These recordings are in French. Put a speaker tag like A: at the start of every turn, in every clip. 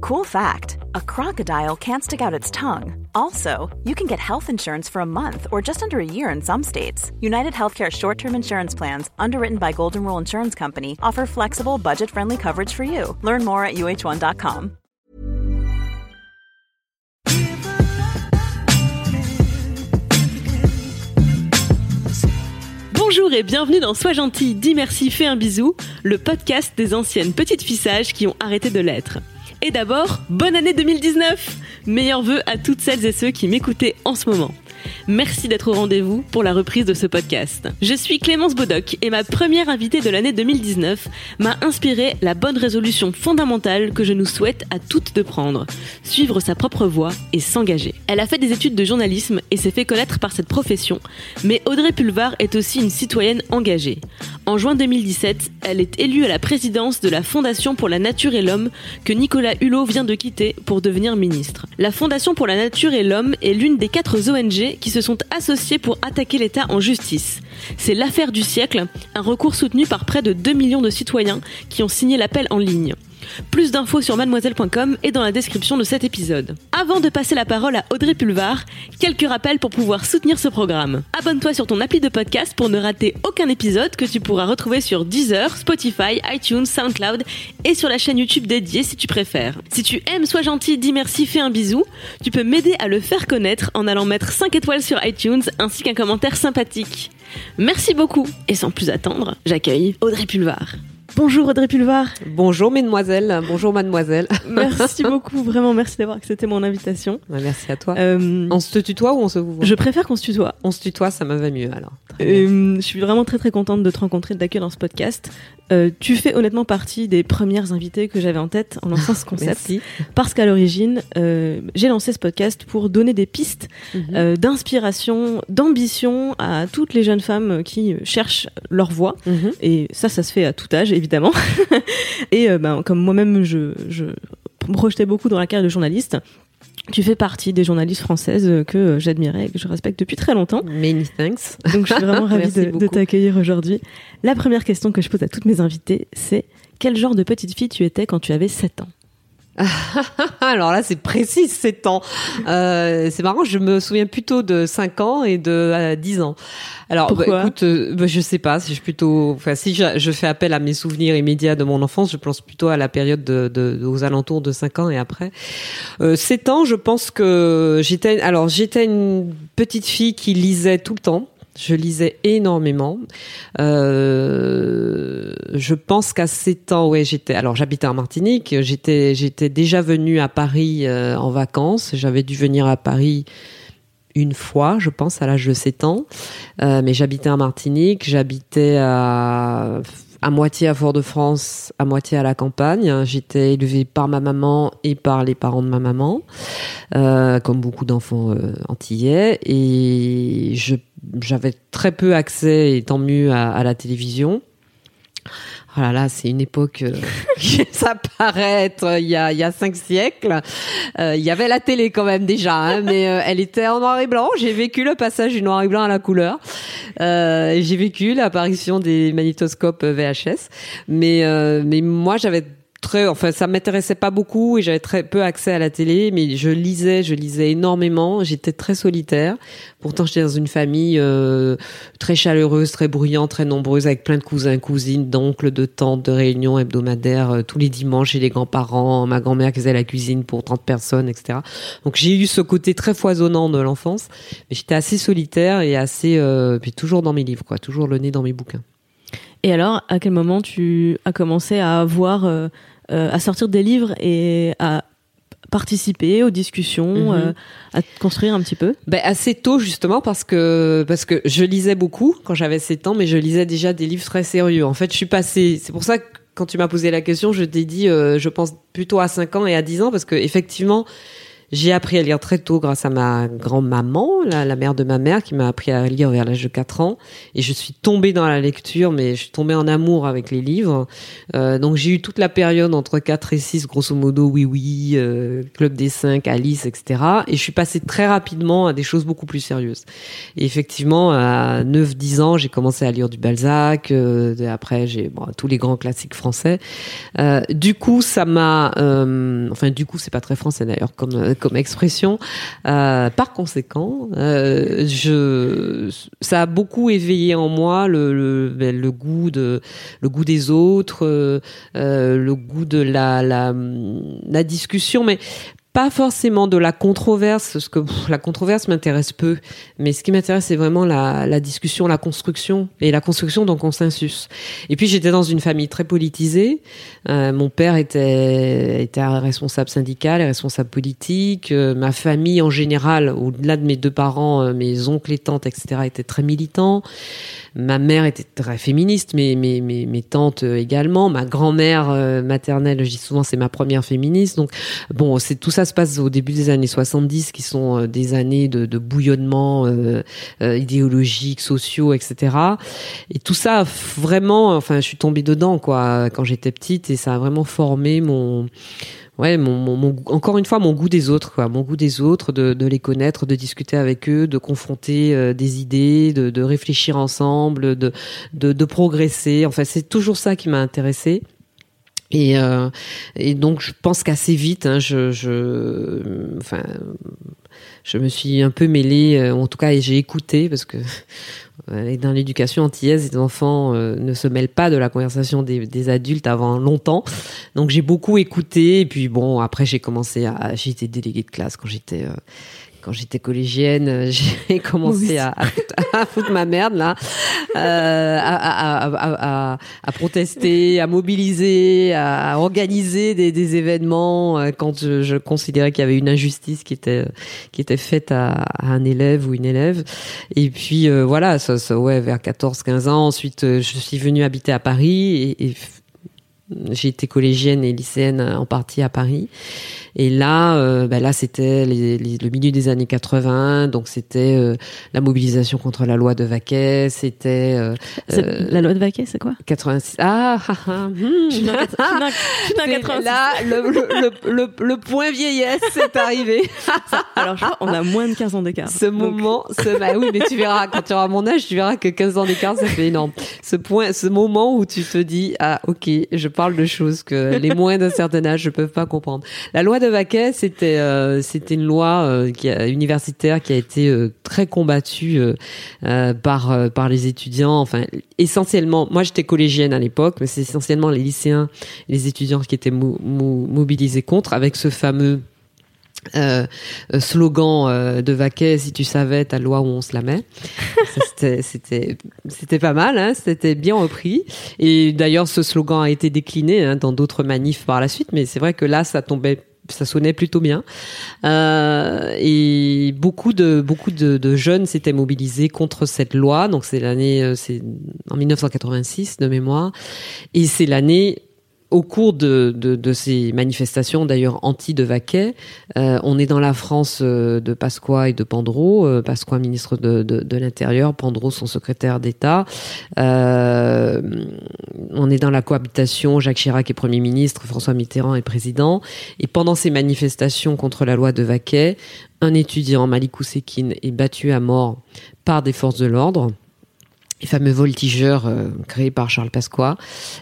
A: Cool fact, a crocodile can't stick out its tongue. Also, you can get health insurance for a month or just under a year in some states. United Healthcare short-term insurance plans, underwritten by Golden Rule Insurance Company, offer flexible, budget-friendly coverage for you. Learn more at uh1.com.
B: Bonjour et bienvenue dans Sois gentil, dis merci, fais un bisou, le podcast des anciennes petites filles sages qui ont arrêté de l'être. Et d'abord, bonne année 2019! Meilleurs vœux à toutes celles et ceux qui m'écoutaient en ce moment. Merci d'être au rendez-vous pour la reprise de ce podcast. Je suis Clémence Bodoc et ma première invitée de l'année 2019 m'a inspiré la bonne résolution fondamentale que je nous souhaite à toutes de prendre. Suivre sa propre voie et s'engager. Elle a fait des études de journalisme et s'est fait connaître par cette profession, mais Audrey Pulvar est aussi une citoyenne engagée. En juin 2017, elle est élue à la présidence de la Fondation pour la Nature et l'Homme que Nicolas Hulot vient de quitter pour devenir ministre. La Fondation pour la Nature et l'Homme est l'une des 4 ONG qui se sont associés pour attaquer l'État en justice. C'est l'affaire du siècle, un recours soutenu par près de 2 millions de citoyens qui ont signé l'appel en ligne. Plus d'infos sur mademoiselle.com et dans la description de cet épisode. Avant de passer la parole à Audrey Pulvar, quelques rappels pour pouvoir soutenir ce programme. Abonne-toi sur ton appli de podcast pour ne rater aucun épisode que tu pourras retrouver sur Deezer, Spotify, iTunes, SoundCloud et sur la chaîne YouTube dédiée si tu préfères. Si tu aimes Sois gentil, dis merci, fais un bisou, tu peux m'aider à le faire connaître en allant mettre 5 étoiles sur iTunes ainsi qu'un commentaire sympathique. Merci beaucoup et sans plus attendre, j'accueille Audrey Pulvar. Bonjour Audrey Pulvar.
C: Bonjour mesdemoiselles, bonjour mademoiselle.
B: Merci beaucoup, vraiment merci d'avoir accepté mon invitation.
C: Merci à toi. On se tutoie ou on se vous voit ?
B: Je préfère qu'on se tutoie.
C: On se tutoie, ça me va mieux alors.
B: Je suis vraiment très très contente de te rencontrer, de t'accueillir dans ce podcast. Tu fais honnêtement partie des premières invitées que j'avais en tête en lançant ce concept.
C: Merci.
B: Parce qu'à l'origine, j'ai lancé ce podcast pour donner des pistes d'inspiration, d'ambition à toutes les jeunes femmes qui cherchent leur voie. Et ça se fait à tout âge, évidemment. Et comme moi-même, je me projetais beaucoup dans la carrière de journaliste. Tu fais partie des journalistes françaises que j'admirais et que je respecte depuis très longtemps.
C: Many thanks.
B: Donc je suis vraiment ravie de t'accueillir aujourd'hui. La première question que je pose à toutes mes invitées, c'est quel genre de petite fille tu étais quand tu avais 7 ans ?
C: Alors là, c'est précis, 7 ans. C'est marrant, je me souviens plutôt de 5 ans et de 10 ans. Alors,
B: pourquoi ?
C: Écoute, je sais pas, si je fais appel à mes souvenirs immédiats de mon enfance, je pense plutôt à la période aux alentours de 5 ans et après. 7 ans, je pense que j'étais une petite fille qui lisait tout le temps. Je lisais énormément. Je pense qu'à 7 ans, j'habitais en Martinique. J'étais déjà venue à Paris en vacances. J'avais dû venir à Paris une fois, je pense, à l'âge de 7 ans. Mais j'habitais en Martinique. J'habitais à moitié à Fort-de-France, à moitié à la campagne. J'étais élevée par ma maman et par les parents de ma maman, comme beaucoup d'enfants antillais. Et j'avais très peu accès, et tant mieux, à la télévision. Oh là là, c'est une époque, ça paraît être il y a 5 siècles. Il y avait la télé quand même déjà, hein, mais elle était en noir et blanc. J'ai vécu le passage du noir et blanc à la couleur. J'ai vécu l'apparition des magnétoscopes VHS. Mais moi, ça m'intéressait pas beaucoup et j'avais très peu accès à la télé, mais je lisais énormément. J'étais très solitaire. Pourtant, j'étais dans une famille très chaleureuse, très bruyante, très nombreuse, avec plein de cousins, cousines, d'oncles, de tantes, de réunions hebdomadaires tous les dimanches chez les grands-parents, ma grand-mère qui faisait la cuisine pour 30 personnes, etc. Donc, j'ai eu ce côté très foisonnant de l'enfance, mais j'étais assez solitaire et puis toujours dans mes livres, quoi, toujours le nez dans mes bouquins.
B: Et alors, à quel moment tu as commencé à à sortir des livres et à participer aux discussions, à construire un petit peu?
C: Assez tôt, justement, parce que je lisais beaucoup quand j'avais 7 ans, mais je lisais déjà des livres très sérieux. En fait, c'est pour ça que quand tu m'as posé la question, je t'ai dit, je pense plutôt à 5 ans et à 10 ans, parce que effectivement, J'ai appris à lire très tôt grâce à ma grand-maman, la mère de ma mère, qui m'a appris à lire vers l'âge de 4 ans. Et je suis tombée dans la lecture, mais je suis tombée en amour avec les livres. Donc j'ai eu toute la période entre 4 et 6, grosso modo, oui, Club des 5, Alice, etc. Et je suis passée très rapidement à des choses beaucoup plus sérieuses. Et effectivement, à 9-10 ans, j'ai commencé à lire du Balzac. Après, j'ai tous les grands classiques français. Du coup, ça m'a... du coup, c'est pas très français d'ailleurs comme expression. Par conséquent, ça a beaucoup éveillé en moi le goût des autres, le goût de la discussion, mais pas forcément de la controverse, parce que la controverse m'intéresse peu, mais ce qui m'intéresse, c'est vraiment la discussion, la construction, et la construction d'un consensus. Et puis j'étais dans une famille très politisée. Mon père était un responsable syndical et responsable politique. Ma famille en général, au-delà de mes 2 parents, mes oncles et tantes, etc., étaient très militants. Ma mère était très féministe, mais mes tantes également. Ma grand-mère maternelle, je dis souvent, c'est ma première féministe. Donc bon, tout ça se passe au début des années 70, qui sont des années de bouillonnement idéologiques, sociaux, etc. Et tout ça, vraiment, je suis tombée dedans, quoi, quand j'étais petite, et ça a vraiment formé encore une fois, mon goût des autres, quoi. Mon goût des autres, de les connaître, de discuter avec eux, de confronter des idées, de réfléchir ensemble, de progresser. Enfin, c'est toujours ça qui m'a intéressée. Et donc, je pense qu'assez vite, je me suis un peu mêlée, en tout cas, et j'ai écouté, parce que dans l'éducation antillaise, les enfants ne se mêlent pas de la conversation des adultes avant longtemps. Donc j'ai beaucoup écouté, et puis bon, après j'ai été déléguée de classe quand j'étais collégienne, j'ai commencé à foutre ma merde là, à protester, à mobiliser, à organiser des événements quand je considérais qu'il y avait une injustice qui était faite à un élève ou une élève. Et puis voilà, ça vers 14-15 ans. Ensuite, je suis venue habiter à Paris et j'ai été collégienne et lycéenne en partie à Paris. Et là, c'était le milieu des années 80, donc c'était la mobilisation contre la loi de Vaquet, c'était...
B: la loi de Vaquet, c'est quoi ?
C: 86.
B: Je suis dans 86.
C: Là, le point vieillesse est arrivé.
B: Alors, je crois on a moins de 15 ans d'écart.
C: Oui, mais tu verras, quand tu auras mon âge, tu verras que 15 ans d'écart, ça fait énorme. Ce moment où tu te dis, ok, je parle de choses que les moins d'un certain âge ne peuvent pas comprendre. La loi de Vaquet, c'était une loi universitaire qui a été très combattue par les étudiants. Enfin, essentiellement, moi j'étais collégienne à l'époque, mais c'est essentiellement les lycéens, les étudiants qui étaient mobilisés contre, avec ce fameux slogan de Vaquet: si tu savais ta loi où on se la met. C'était pas mal, hein, c'était bien repris, et d'ailleurs ce slogan a été décliné dans d'autres manifs par la suite, mais c'est vrai que là ça sonnait plutôt bien, et beaucoup de jeunes s'étaient mobilisés contre cette loi. Donc c'est en 1986 de mémoire, et c'est l'année, au cours de ces manifestations, d'ailleurs anti de Vaquet, on est dans la France de Pasqua et de Pandro. Pasqua, ministre de l'Intérieur, Pandro, son secrétaire d'État. On est dans la cohabitation, Jacques Chirac est Premier ministre, François Mitterrand est président. Et pendant ces manifestations contre la loi de Vaquet, un étudiant, Malik Oussekine, est battu à mort par des forces de l'ordre. Les fameux voltigeurs créés par Charles Pasqua.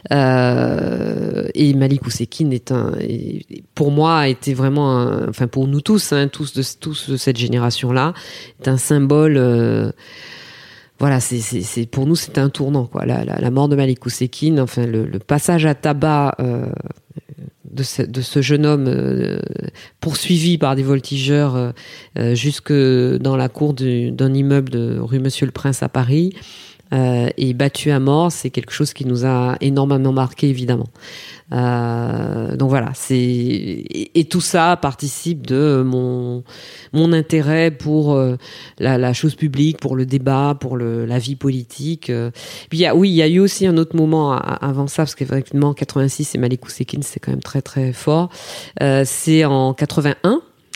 C: Et Malik Oussekine pour moi, a été vraiment, pour nous tous, tous de cette génération-là, est un symbole. Voilà, c'est pour nous, c'était un tournant, quoi. La mort de Malik Oussekine, le passage à tabac de ce jeune homme poursuivi par des voltigeurs jusque dans la cour d'un immeuble de rue Monsieur le Prince à Paris. Et battu à mort, c'est quelque chose qui nous a énormément marqué, évidemment. Donc voilà, et tout ça participe de mon intérêt pour la chose publique, pour le débat, pour la vie politique. Puis il y a eu aussi un autre moment avant ça, parce qu'effectivement 86 et Malik Oussekine, c'est quand même très très fort. C'est en 81.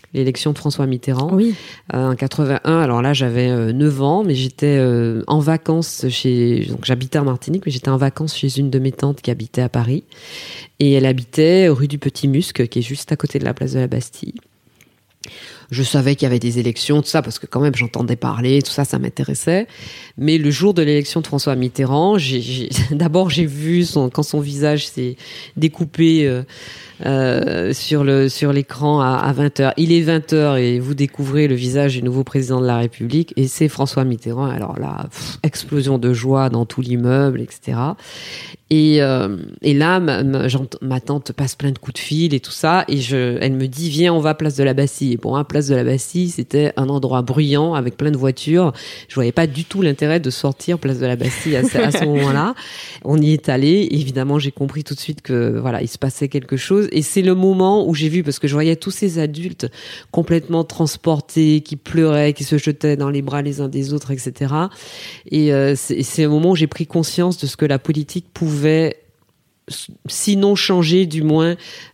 C: l'élection de François Mitterrand.
B: Oui.
C: En 81, alors là j'avais 9 ans, mais j'étais en vacances donc j'habitais en Martinique, mais j'étais en vacances chez une de mes tantes qui habitait à Paris. Et elle habitait rue du Petit Musc, qui est juste à côté de la place de la Bastille. Je savais qu'il y avait des élections, tout ça, parce que quand même j'entendais parler, tout ça, ça m'intéressait. Mais le jour de l'élection de François Mitterrand, d'abord j'ai vu quand son visage s'est découpé sur l'écran à 20h. Il est 20h et vous découvrez le visage du nouveau président de la République, et c'est François Mitterrand. Alors là, explosion de joie dans tout l'immeuble, etc. Et là, ma tante passe plein de coups de fil et tout ça, et elle me dit, viens, on va à Place de la Bastille. Et pour Place de la Bastille, c'était un endroit bruyant avec plein de voitures. Je voyais pas du tout l'intérêt de sortir Place de la Bastille à ce moment-là. On y est allé. Évidemment, j'ai compris tout de suite que voilà, il se passait quelque chose. Et c'est le moment où j'ai vu, parce que je voyais tous ces adultes complètement transportés, qui pleuraient, qui se jetaient dans les bras les uns des autres, etc. Et c'est le moment où j'ai pris conscience de ce que la politique pouvait, sinon changer, du moins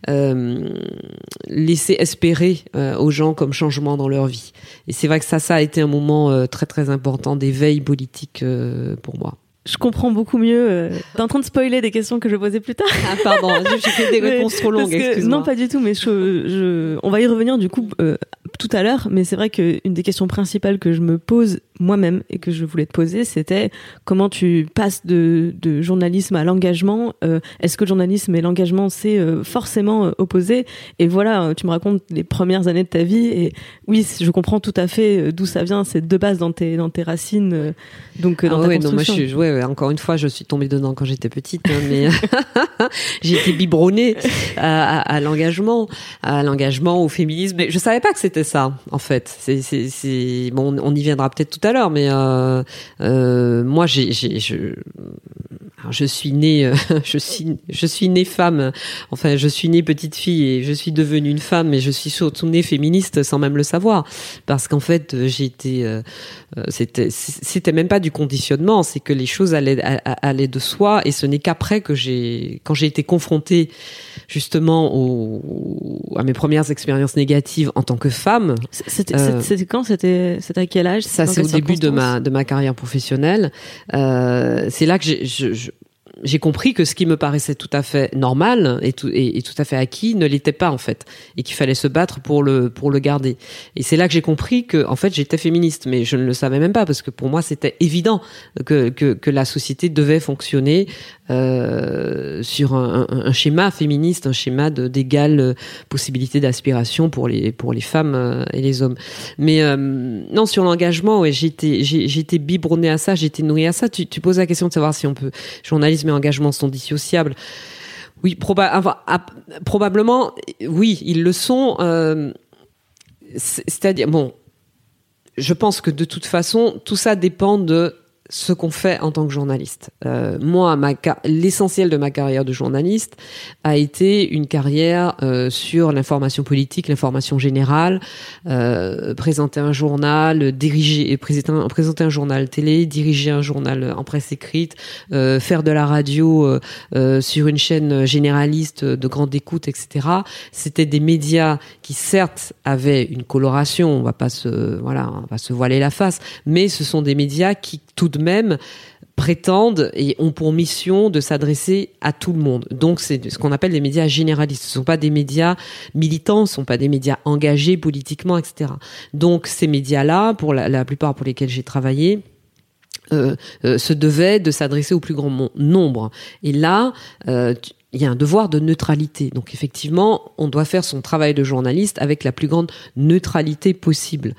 C: laisser espérer aux gens comme changement dans leur vie. Et c'est vrai que ça a été un moment très très important d'éveil politique pour moi.
B: Je comprends beaucoup mieux. T'es en train de spoiler des questions que je posais plus tard.
C: Ah pardon, j'ai fait des réponses trop longues, excuse-moi.
B: Non, pas du tout, mais on va y revenir du coup tout à l'heure, mais c'est vrai qu'une des questions principales que je me pose moi-même et que je voulais te poser, c'était comment tu passes de journalisme à l'engagement. Est-ce que le journalisme et l'engagement, c'est forcément opposé? Et voilà, tu me racontes les premières années de ta vie, et oui, je comprends tout à fait d'où ça vient, c'est de base dans tes racines, donc dans ta construction.
C: Non, moi, encore une fois, je suis tombée dedans quand j'étais petite, mais j'ai été biberonnée à l'engagement, au féminisme. Mais je savais pas que c'était ça, en fait. C'est bon, on y viendra peut-être tout à l'heure, mais moi, je suis née, je suis née femme. Enfin, je suis née petite fille et je suis devenue une femme, mais je suis surtout née féministe sans même le savoir, parce qu'en fait, c'était même pas du conditionnement, c'est que les choses allaient de soi, et ce n'est qu'après que quand j'ai été confrontée justement à mes premières expériences négatives en tant que femme.
B: C'était quand? C'était à quel âge?
C: Ça, c'est au début de ma carrière professionnelle. C'est là que j'ai compris que ce qui me paraissait tout à fait normal et tout à fait acquis ne l'était pas, en fait, et qu'il fallait se battre pour le garder. Et c'est là que j'ai compris que, en fait, j'étais féministe, mais je ne le savais même pas, parce que pour moi c'était évident que la société devait fonctionner sur un schéma féministe, un schéma d'égale possibilité d'aspiration pour les femmes et les hommes. Mais non, sur l'engagement, ouais, j'ai été biberonnée à ça, j'ai été nourrie à ça. Tu poses la question de savoir si journalisme et engagement sont dissociables. Oui, probablement, oui, ils le sont. C'est-à-dire, bon, je pense que de toute façon, tout ça dépend de ce qu'on fait en tant que journaliste. Moi, l'essentiel de ma carrière de journaliste a été une carrière sur l'information politique, l'information générale, présenter un journal, présenter un journal télé, diriger un journal en presse écrite, faire de la radio sur une chaîne généraliste de grande écoute, etc. C'était des médias qui, certes, avaient une coloration, on va pas se voiler la face, mais ce sont des médias qui, tout de même, prétendent et ont pour mission de s'adresser à tout le monde. Donc c'est ce qu'on appelle des médias généralistes. Ce ne sont pas des médias militants, ce ne sont pas des médias engagés politiquement, etc. Donc ces médias-là, pour la plupart pour lesquels j'ai travaillé, se devaient de s'adresser au plus grand nombre. Et là, il y a un devoir de neutralité. Donc effectivement, on doit faire son travail de journaliste avec la plus grande neutralité possible.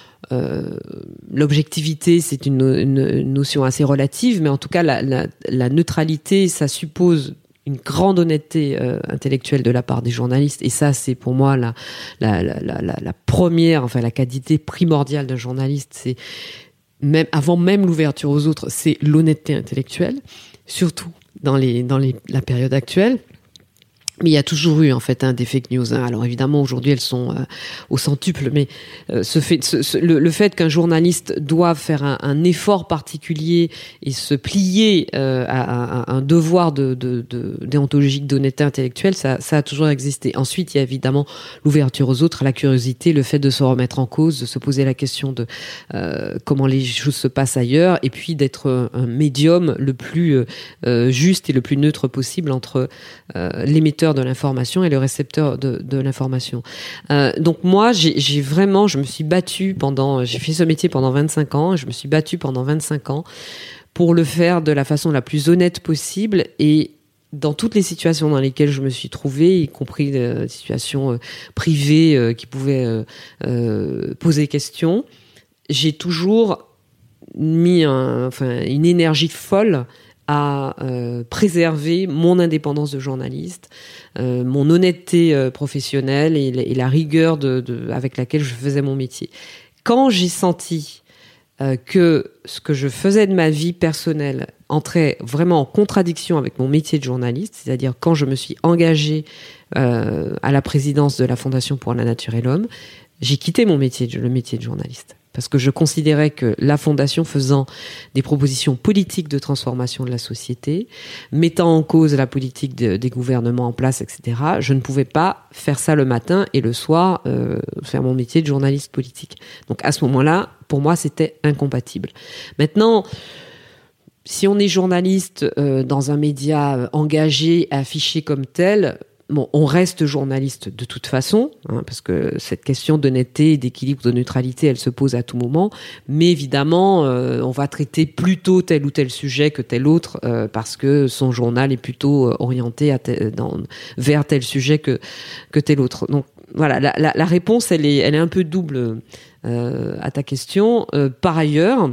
C: L'objectivité, c'est une notion assez relative, mais en tout cas, la neutralité, ça suppose une grande honnêteté intellectuelle de la part des journalistes, et ça, c'est pour moi la première, enfin la qualité primordiale d'un journaliste, c'est avant même l'ouverture aux autres, c'est l'honnêteté intellectuelle, surtout dans la période actuelle. Mais il y a toujours eu en fait des fake news. Alors évidemment aujourd'hui elles sont au centuple, mais le fait qu'un journaliste doive faire un effort particulier et se plier à un devoir déontologique d'honnêteté intellectuelle, ça a toujours existé. Ensuite il y a évidemment l'ouverture aux autres, la curiosité, le fait de se remettre en cause, de se poser la question de comment les choses se passent ailleurs, et puis d'être un médium le plus juste et le plus neutre possible entre l'émetteur de l'information et le récepteur de l'information. Donc moi, je me suis battue j'ai fait ce métier pendant 25 ans, je me suis battue pendant 25 ans pour le faire de la façon la plus honnête possible, et dans toutes les situations dans lesquelles je me suis trouvée, y compris des situations privées qui pouvaient poser question, j'ai toujours mis une énergie folle à préserver mon indépendance de journaliste, mon honnêteté professionnelle et la rigueur avec laquelle je faisais mon métier. Quand j'ai senti que ce que je faisais de ma vie personnelle entrait vraiment en contradiction avec mon métier de journaliste, c'est-à-dire quand je me suis engagée à la présidence de la Fondation pour la Nature et l'Homme, j'ai quitté le métier de journaliste. Parce que je considérais que la Fondation, faisant des propositions politiques de transformation de la société, mettant en cause la politique des gouvernements en place, etc., je ne pouvais pas faire ça le matin et le soir faire mon métier de journaliste politique. Donc à ce moment-là, pour moi, c'était incompatible. Maintenant, si on est journaliste dans un média engagé, affiché comme tel, bon, on reste journaliste de toute façon, parce que cette question d'honnêteté, d'équilibre, de neutralité, elle se pose à tout moment. Mais évidemment, on va traiter plutôt tel ou tel sujet que tel autre, parce que son journal est plutôt orienté vers tel sujet que tel autre. Donc voilà, la réponse, elle est un peu double à ta question. Par ailleurs,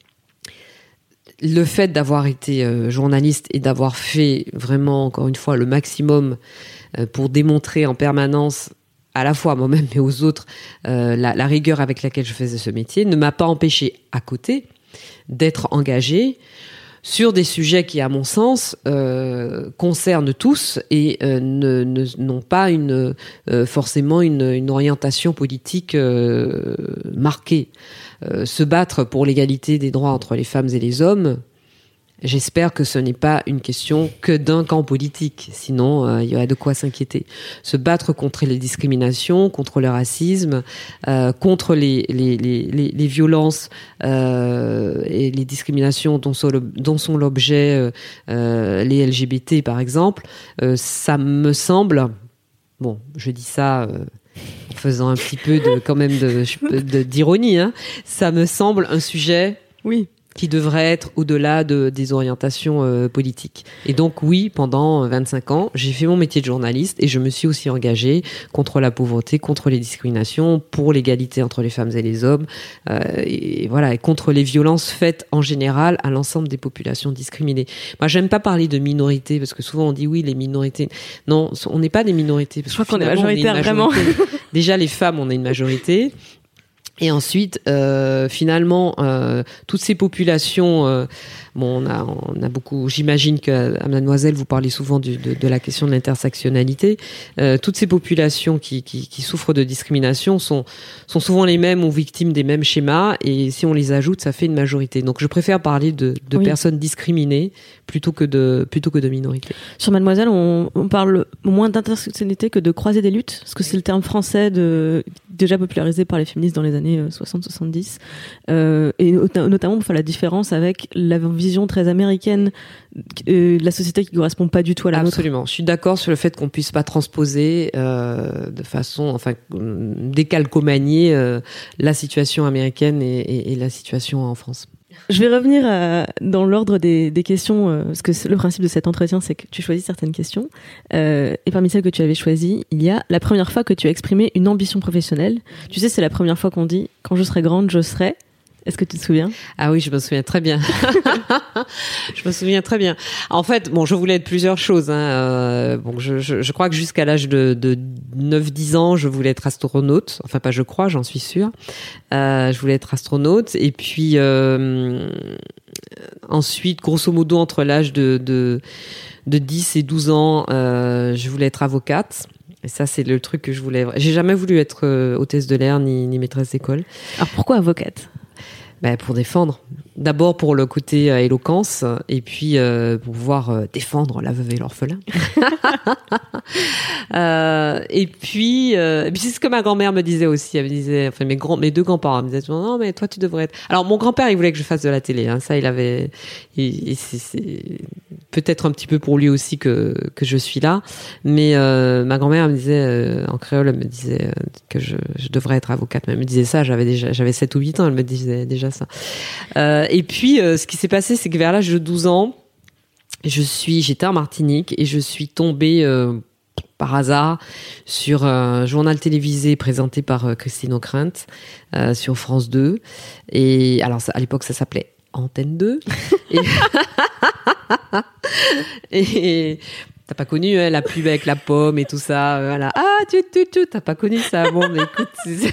C: le fait d'avoir été journaliste et d'avoir fait vraiment, encore une fois, le maximum pour démontrer en permanence, à la fois à moi-même mais aux autres, la rigueur avec laquelle je faisais ce métier, ne m'a pas empêché, à côté, d'être engagée sur des sujets qui, à mon sens, concernent tous et n'ont pas forcément une orientation politique marquée. Se battre pour l'égalité des droits entre les femmes et les hommes, j'espère que ce n'est pas une question que d'un camp politique, sinon il y aurait de quoi s'inquiéter. Se battre contre les discriminations, contre le racisme, contre les violences et les discriminations dont sont l'objet les LGBT par exemple, ça me semble, bon, je dis ça en faisant un petit peu d'ironie, ça me semble un sujet, oui, qui devrait être au-delà des orientations politiques. Et donc oui, pendant 25 ans, j'ai fait mon métier de journaliste et je me suis aussi engagée contre la pauvreté, contre les discriminations, pour l'égalité entre les femmes et les hommes, et voilà, et contre les violences faites en général à l'ensemble des populations discriminées. Moi, j'aime pas parler de minorités parce que souvent on dit oui, les minorités. Non, on n'est pas des minorités. Parce
B: je crois qu'on est majoritaire, vraiment.
C: Déjà, les femmes, on est une majorité. Et ensuite, finalement, toutes ces populations, bon, on a beaucoup. J'imagine qu'à Mademoiselle, vous parlez souvent de la question de l'intersectionnalité. Toutes ces populations qui souffrent de discrimination sont souvent les mêmes ou victimes des mêmes schémas. Et si on les ajoute, ça fait une majorité. Donc, je préfère parler de oui, personnes discriminées plutôt que de minorités.
B: Sur Mademoiselle, on parle moins d'intersectionnalité que de croisée des luttes, parce que c'est le terme français déjà popularisé par les féministes dans les années 60-70, et notamment pour faire la différence avec la vision très américaine de la société qui correspond pas du tout à la nôtre.
C: Absolument, je suis d'accord sur le fait qu'on puisse pas transposer de façon, décalcomanier la situation américaine et la situation en France.
B: Je vais revenir dans l'ordre des questions, parce que le principe de cet entretien, c'est que tu choisis certaines questions. Et parmi celles que tu avais choisies, il y a la première fois que tu as exprimé une ambition professionnelle. Tu sais, c'est la première fois qu'on dit « quand je serai grande, je serai ». Est-ce que tu te souviens ?
C: Ah oui, je me souviens très bien. Je me souviens très bien. En fait, bon, je voulais être plusieurs choses. Bon, je crois que jusqu'à l'âge de 9-10 ans, je voulais être astronaute. Enfin, pas je crois, j'en suis sûre. Je voulais être astronaute. Et puis ensuite, grosso modo, entre l'âge de 10 et 12 ans, je voulais être avocate. Et ça, c'est le truc que je voulais. J'ai jamais voulu être hôtesse de l'air ni maîtresse d'école.
B: Alors pourquoi avocate ?
C: Pour défendre. D'abord pour le côté éloquence, et puis pour pouvoir défendre la veuve et l'orphelin. Et puis c'est ce que ma grand-mère me disait aussi. Elle me disait, enfin mes deux grands-parents me disaient, non mais toi tu devrais être. Alors mon grand-père il voulait que je fasse de la télé. Hein. Ça c'est peut-être un petit peu pour lui aussi que je suis là. Mais ma grand-mère me disait en créole, elle me disait que je devrais être avocate. Mais elle me disait ça, j'avais 7 ou 8 ans, elle me disait déjà ça. Et puis, ce qui s'est passé, c'est que vers l'âge de 12 ans, j'étais en Martinique et je suis tombée par hasard sur un journal télévisé présenté par Christine O'Krent sur France 2. Et alors, à l'époque, ça s'appelait Antenne 2. Et t'as pas connu la pub avec la pomme et tout ça, voilà. Ah, t'as pas connu ça. Bon, mais écoute.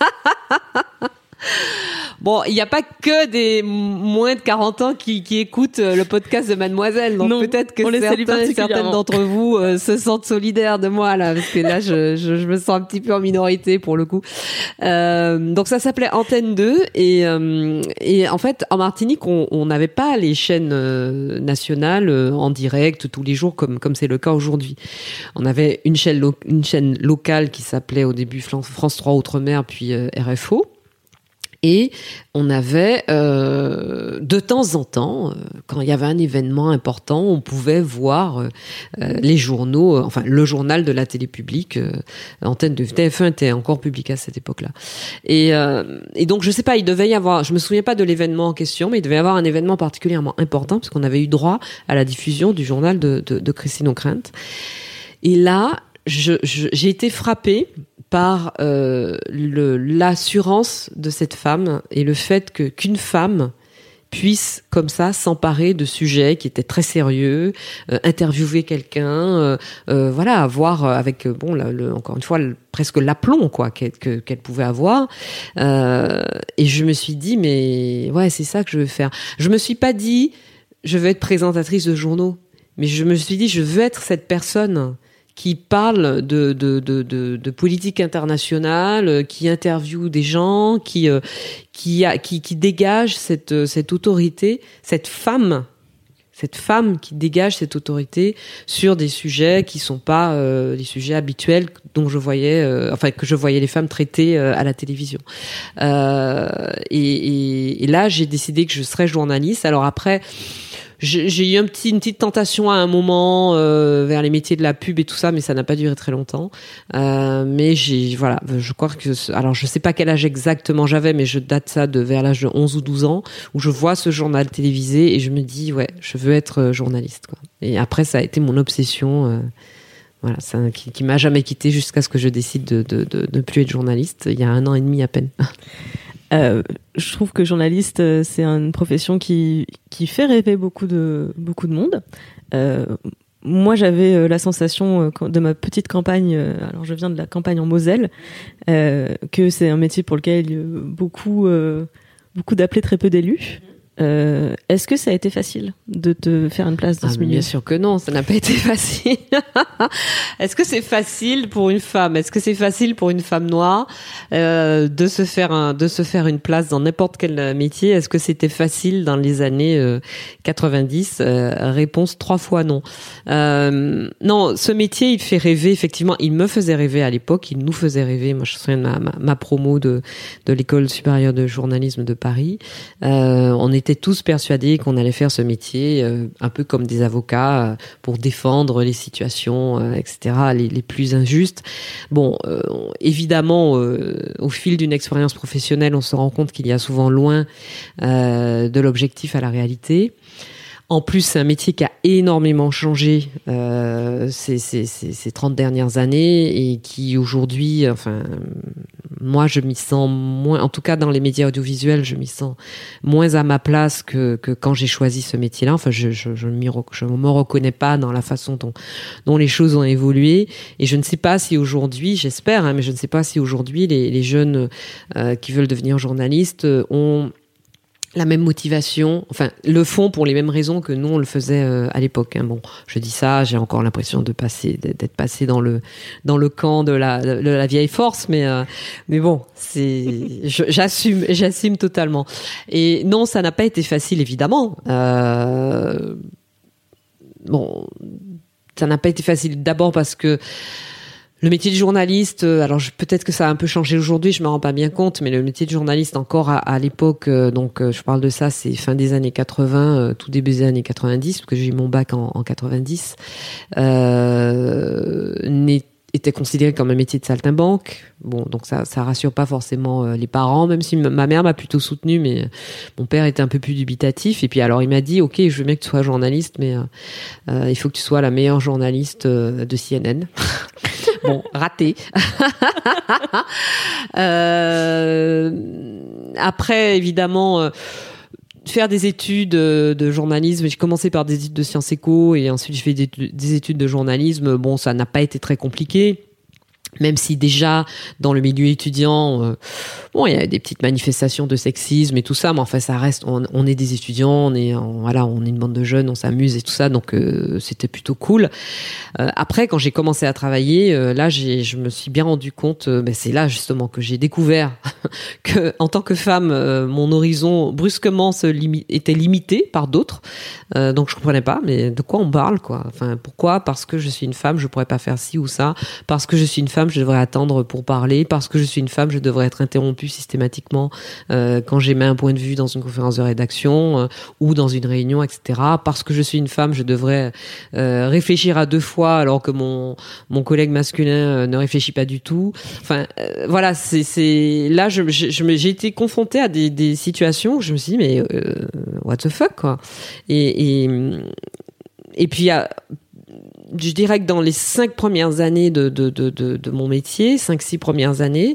C: Bon, il n'y a pas que des moins de 40 ans qui écoutent le podcast de Mademoiselle. Donc peut-être que certaines d'entre vous se sentent solidaires de moi, là, parce que là, je me sens un petit peu en minorité pour le coup. Donc ça s'appelait Antenne 2. Et en fait, en Martinique, on n'avait pas les chaînes nationales en direct tous les jours comme c'est le cas aujourd'hui. On avait une chaîne locale qui s'appelait au début France 3 Outre-mer, puis RFO. Et on avait, de temps en temps, quand il y avait un événement important, on pouvait voir les journaux, enfin le journal de la télé publique, Antenne de TF1 était encore public à cette époque-là. Et donc je sais pas, il devait y avoir, je me souviens pas de l'événement en question, mais il devait y avoir un événement particulièrement important parce qu'on avait eu droit à la diffusion du journal de Christine O'Krent. Et là, j'ai été frappée par l'assurance de cette femme et le fait qu'une femme puisse comme ça s'emparer de sujets qui étaient très sérieux, interviewer quelqu'un, voilà, avoir avec encore une fois presque l'aplomb quoi qu'elle pouvait avoir. Et je me suis dit mais ouais, c'est ça que je veux faire. Je me suis pas dit je veux être présentatrice de journaux, mais je me suis dit je veux être cette personne qui parle de politique internationale, qui interviewe des gens, qui dégage cette autorité, cette femme qui dégage cette autorité sur des sujets qui sont pas les sujets habituels dont je voyais, que je voyais les femmes traiter à la télévision. Et là, j'ai décidé que je serais journaliste. Alors après, j'ai eu une petite tentation à un moment vers les métiers de la pub et tout ça, mais ça n'a pas duré très longtemps. Mais je crois que alors je sais pas quel âge exactement j'avais, mais je date ça de vers l'âge de 11 ou 12 ans où je vois ce journal télévisé et je me dis ouais, je veux être journaliste quoi. Et après ça a été mon obsession voilà, ça qui m'a jamais quittée jusqu'à ce que je décide de ne plus être journaliste il y a 1 an et demi à peine.
B: Je trouve que journaliste, c'est une profession qui fait rêver beaucoup de monde. Moi, j'avais la sensation de ma petite campagne, alors je viens de la campagne en Moselle, que c'est un métier pour lequel il y a beaucoup d'appelés, très peu d'élus. Est-ce que ça a été facile de te faire une place dans ce milieu ?
C: Bien sûr que non, ça n'a pas été facile. Est-ce que c'est facile pour une femme ? Est-ce que c'est facile pour une femme noire de se faire une place dans n'importe quel métier ? Est-ce que c'était facile dans les années 90 ? Réponse 3 fois non. Non, ce métier, il fait rêver, effectivement. Il me faisait rêver à l'époque, il nous faisait rêver. Moi, je me souviens de ma promo de l'École supérieure de journalisme de Paris. On était tous persuadés qu'on allait faire ce métier un peu comme des avocats pour défendre les situations, etc., les plus injustes. Bon, évidemment, au fil d'une expérience professionnelle, on se rend compte qu'il y a souvent loin de l'objectif à la réalité. En plus, c'est un métier qui a énormément changé ces 30 dernières années et qui aujourd'hui, moi, je m'y sens moins, en tout cas dans les médias audiovisuels, je m'y sens moins à ma place que quand j'ai choisi ce métier-là. Enfin, je me reconnais pas dans la façon dont les choses ont évolué. Et je ne sais pas si aujourd'hui, j'espère, mais je ne sais pas si aujourd'hui les jeunes qui veulent devenir journalistes ont la même motivation, enfin le font pour les mêmes raisons que nous on le faisait à l'époque. Bon, je dis ça, j'ai encore l'impression d'être passé dans le camp de la vieille force, mais bon, j'assume totalement. Et non, ça n'a pas été facile évidemment. Bon, ça n'a pas été facile d'abord parce que le métier de journaliste, alors peut-être que ça a un peu changé aujourd'hui, je me rends pas bien compte, mais le métier de journaliste encore à l'époque, je parle de ça, c'est fin des années 80, tout début des années 90, parce que j'ai eu mon bac en 90, était considéré comme un métier de saltimbanque. Bon, donc ça rassure pas forcément les parents, même si ma mère m'a plutôt soutenue, mais mon père était un peu plus dubitatif. Et puis alors il m'a dit, ok, je veux bien que tu sois journaliste, mais il faut que tu sois la meilleure journaliste de CNN. Bon, raté. Après, évidemment, faire des études de journalisme. J'ai commencé par des études de sciences éco et ensuite j'ai fait des études de journalisme. Bon, ça n'a pas été très compliqué. Même si déjà dans le milieu étudiant, bon, il y a des petites manifestations de sexisme et tout ça, mais enfin ça reste. On est des étudiants, on est une bande de jeunes, on s'amuse et tout ça, donc c'était plutôt cool. Après, quand j'ai commencé à travailler, là, je me suis bien rendu compte. C'est là justement que j'ai découvert que, en tant que femme, mon horizon brusquement était limité par d'autres. Donc je comprenais pas, mais de quoi on parle, quoi. Enfin, pourquoi ? Parce que je suis une femme, je pourrais pas faire ci ou ça. Parce que je suis une femme, je devrais attendre pour parler. Parce que je suis une femme, je devrais être interrompue systématiquement quand j'émets un point de vue dans une conférence de rédaction ou dans une réunion, etc. Parce que je suis une femme, je devrais réfléchir à deux fois alors que mon collègue masculin ne réfléchit pas du tout. Enfin, voilà, c'est là j'ai été confrontée à des situations où je me suis dit mais what the fuck, quoi. Et puis je dirais que dans les 5 premières années de mon métier, 5-6 premières années,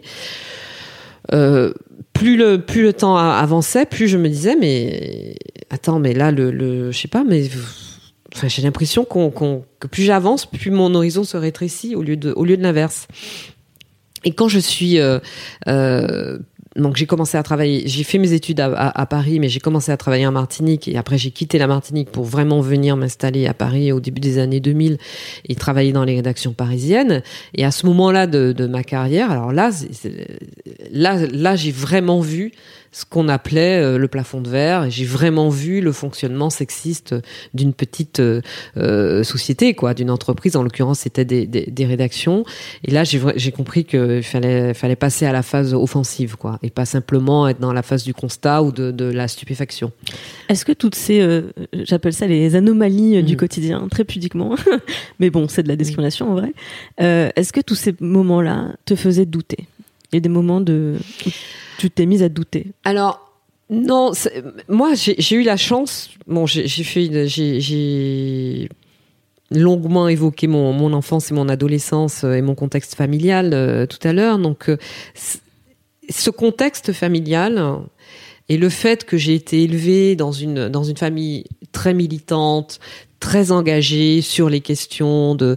C: plus le temps avançait, plus je me disais mais attends, mais là je sais pas, mais enfin j'ai l'impression que plus j'avance, plus mon horizon se rétrécit au lieu de l'inverse. Et quand je suis donc j'ai commencé à travailler, j'ai fait mes études à Paris, mais j'ai commencé à travailler en Martinique et après j'ai quitté la Martinique pour vraiment venir m'installer à Paris au début des années 2000 et travailler dans les rédactions parisiennes. Et à ce moment-là de ma carrière, alors là, là j'ai vraiment vu ce qu'on appelait le plafond de verre, et j'ai vraiment vu le fonctionnement sexiste d'une petite société, quoi, d'une entreprise. En l'occurrence, c'était des rédactions. Et là, j'ai compris qu'il fallait passer à la phase offensive, quoi, et pas simplement être dans la phase du constat ou de la stupéfaction.
B: Est-ce que toutes ces, j'appelle ça les anomalies du quotidien, très pudiquement, mais bon, c'est de la discrimination en vrai. Est-ce que tous ces moments-là te faisaient douter ? Il y a des moments où tu t'es mise à douter. Alors, non, moi, j'ai eu la chance. Bon, j'ai longuement évoqué mon enfance et mon adolescence et mon contexte familial tout à l'heure. Donc, ce contexte familial et le fait que j'ai été élevée dans une famille très militante, très engagée sur les questions de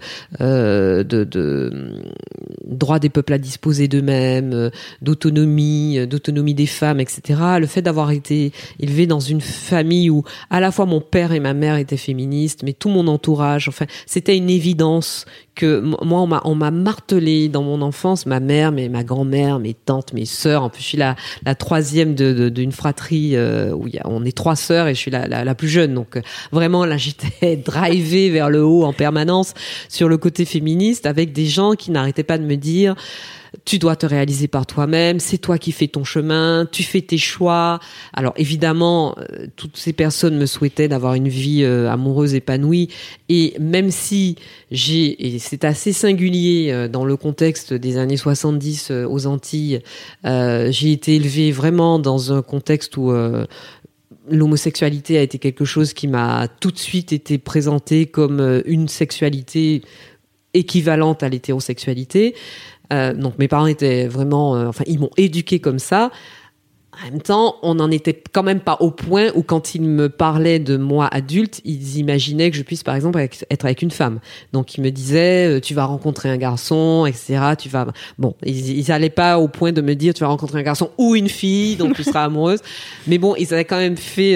B: droit des peuples à disposer d'eux-mêmes, d'autonomie des femmes, etc. Le fait d'avoir été élevée dans une famille où à la fois mon père et ma mère étaient féministes, mais tout mon entourage, enfin, c'était une évidence que moi, on m'a martelé dans mon enfance, ma mère, ma grand-mère, mes tantes, mes sœurs. En plus, je suis la troisième d'une fratrie où on est 3 sœurs et je suis la plus jeune. Donc, vraiment, là, j'étais drivée vers le haut en permanence sur le côté féministe avec des gens qui n'arrêtaient pas de me dire tu dois te réaliser par toi-même, c'est toi qui fais ton chemin, tu fais tes choix. Alors évidemment, toutes ces personnes me souhaitaient d'avoir une vie amoureuse épanouie, et même si et c'est assez singulier dans le contexte des années 70 aux Antilles, j'ai été élevée vraiment dans un contexte où l'homosexualité a été quelque chose qui m'a tout de suite été présenté comme une sexualité équivalente à l'hétérosexualité. Donc mes parents étaient vraiment, ils m'ont éduquée comme ça.
C: En même temps, on n'en était quand même pas au point où quand ils me parlaient de moi adulte, ils imaginaient que je puisse, par exemple, être avec une femme. Donc, ils me disaient, tu vas rencontrer un garçon, etc. Bon, ils allaient pas au point de me dire, tu vas rencontrer un garçon ou une fille, donc tu seras amoureuse. Mais bon, ils avaient quand même fait,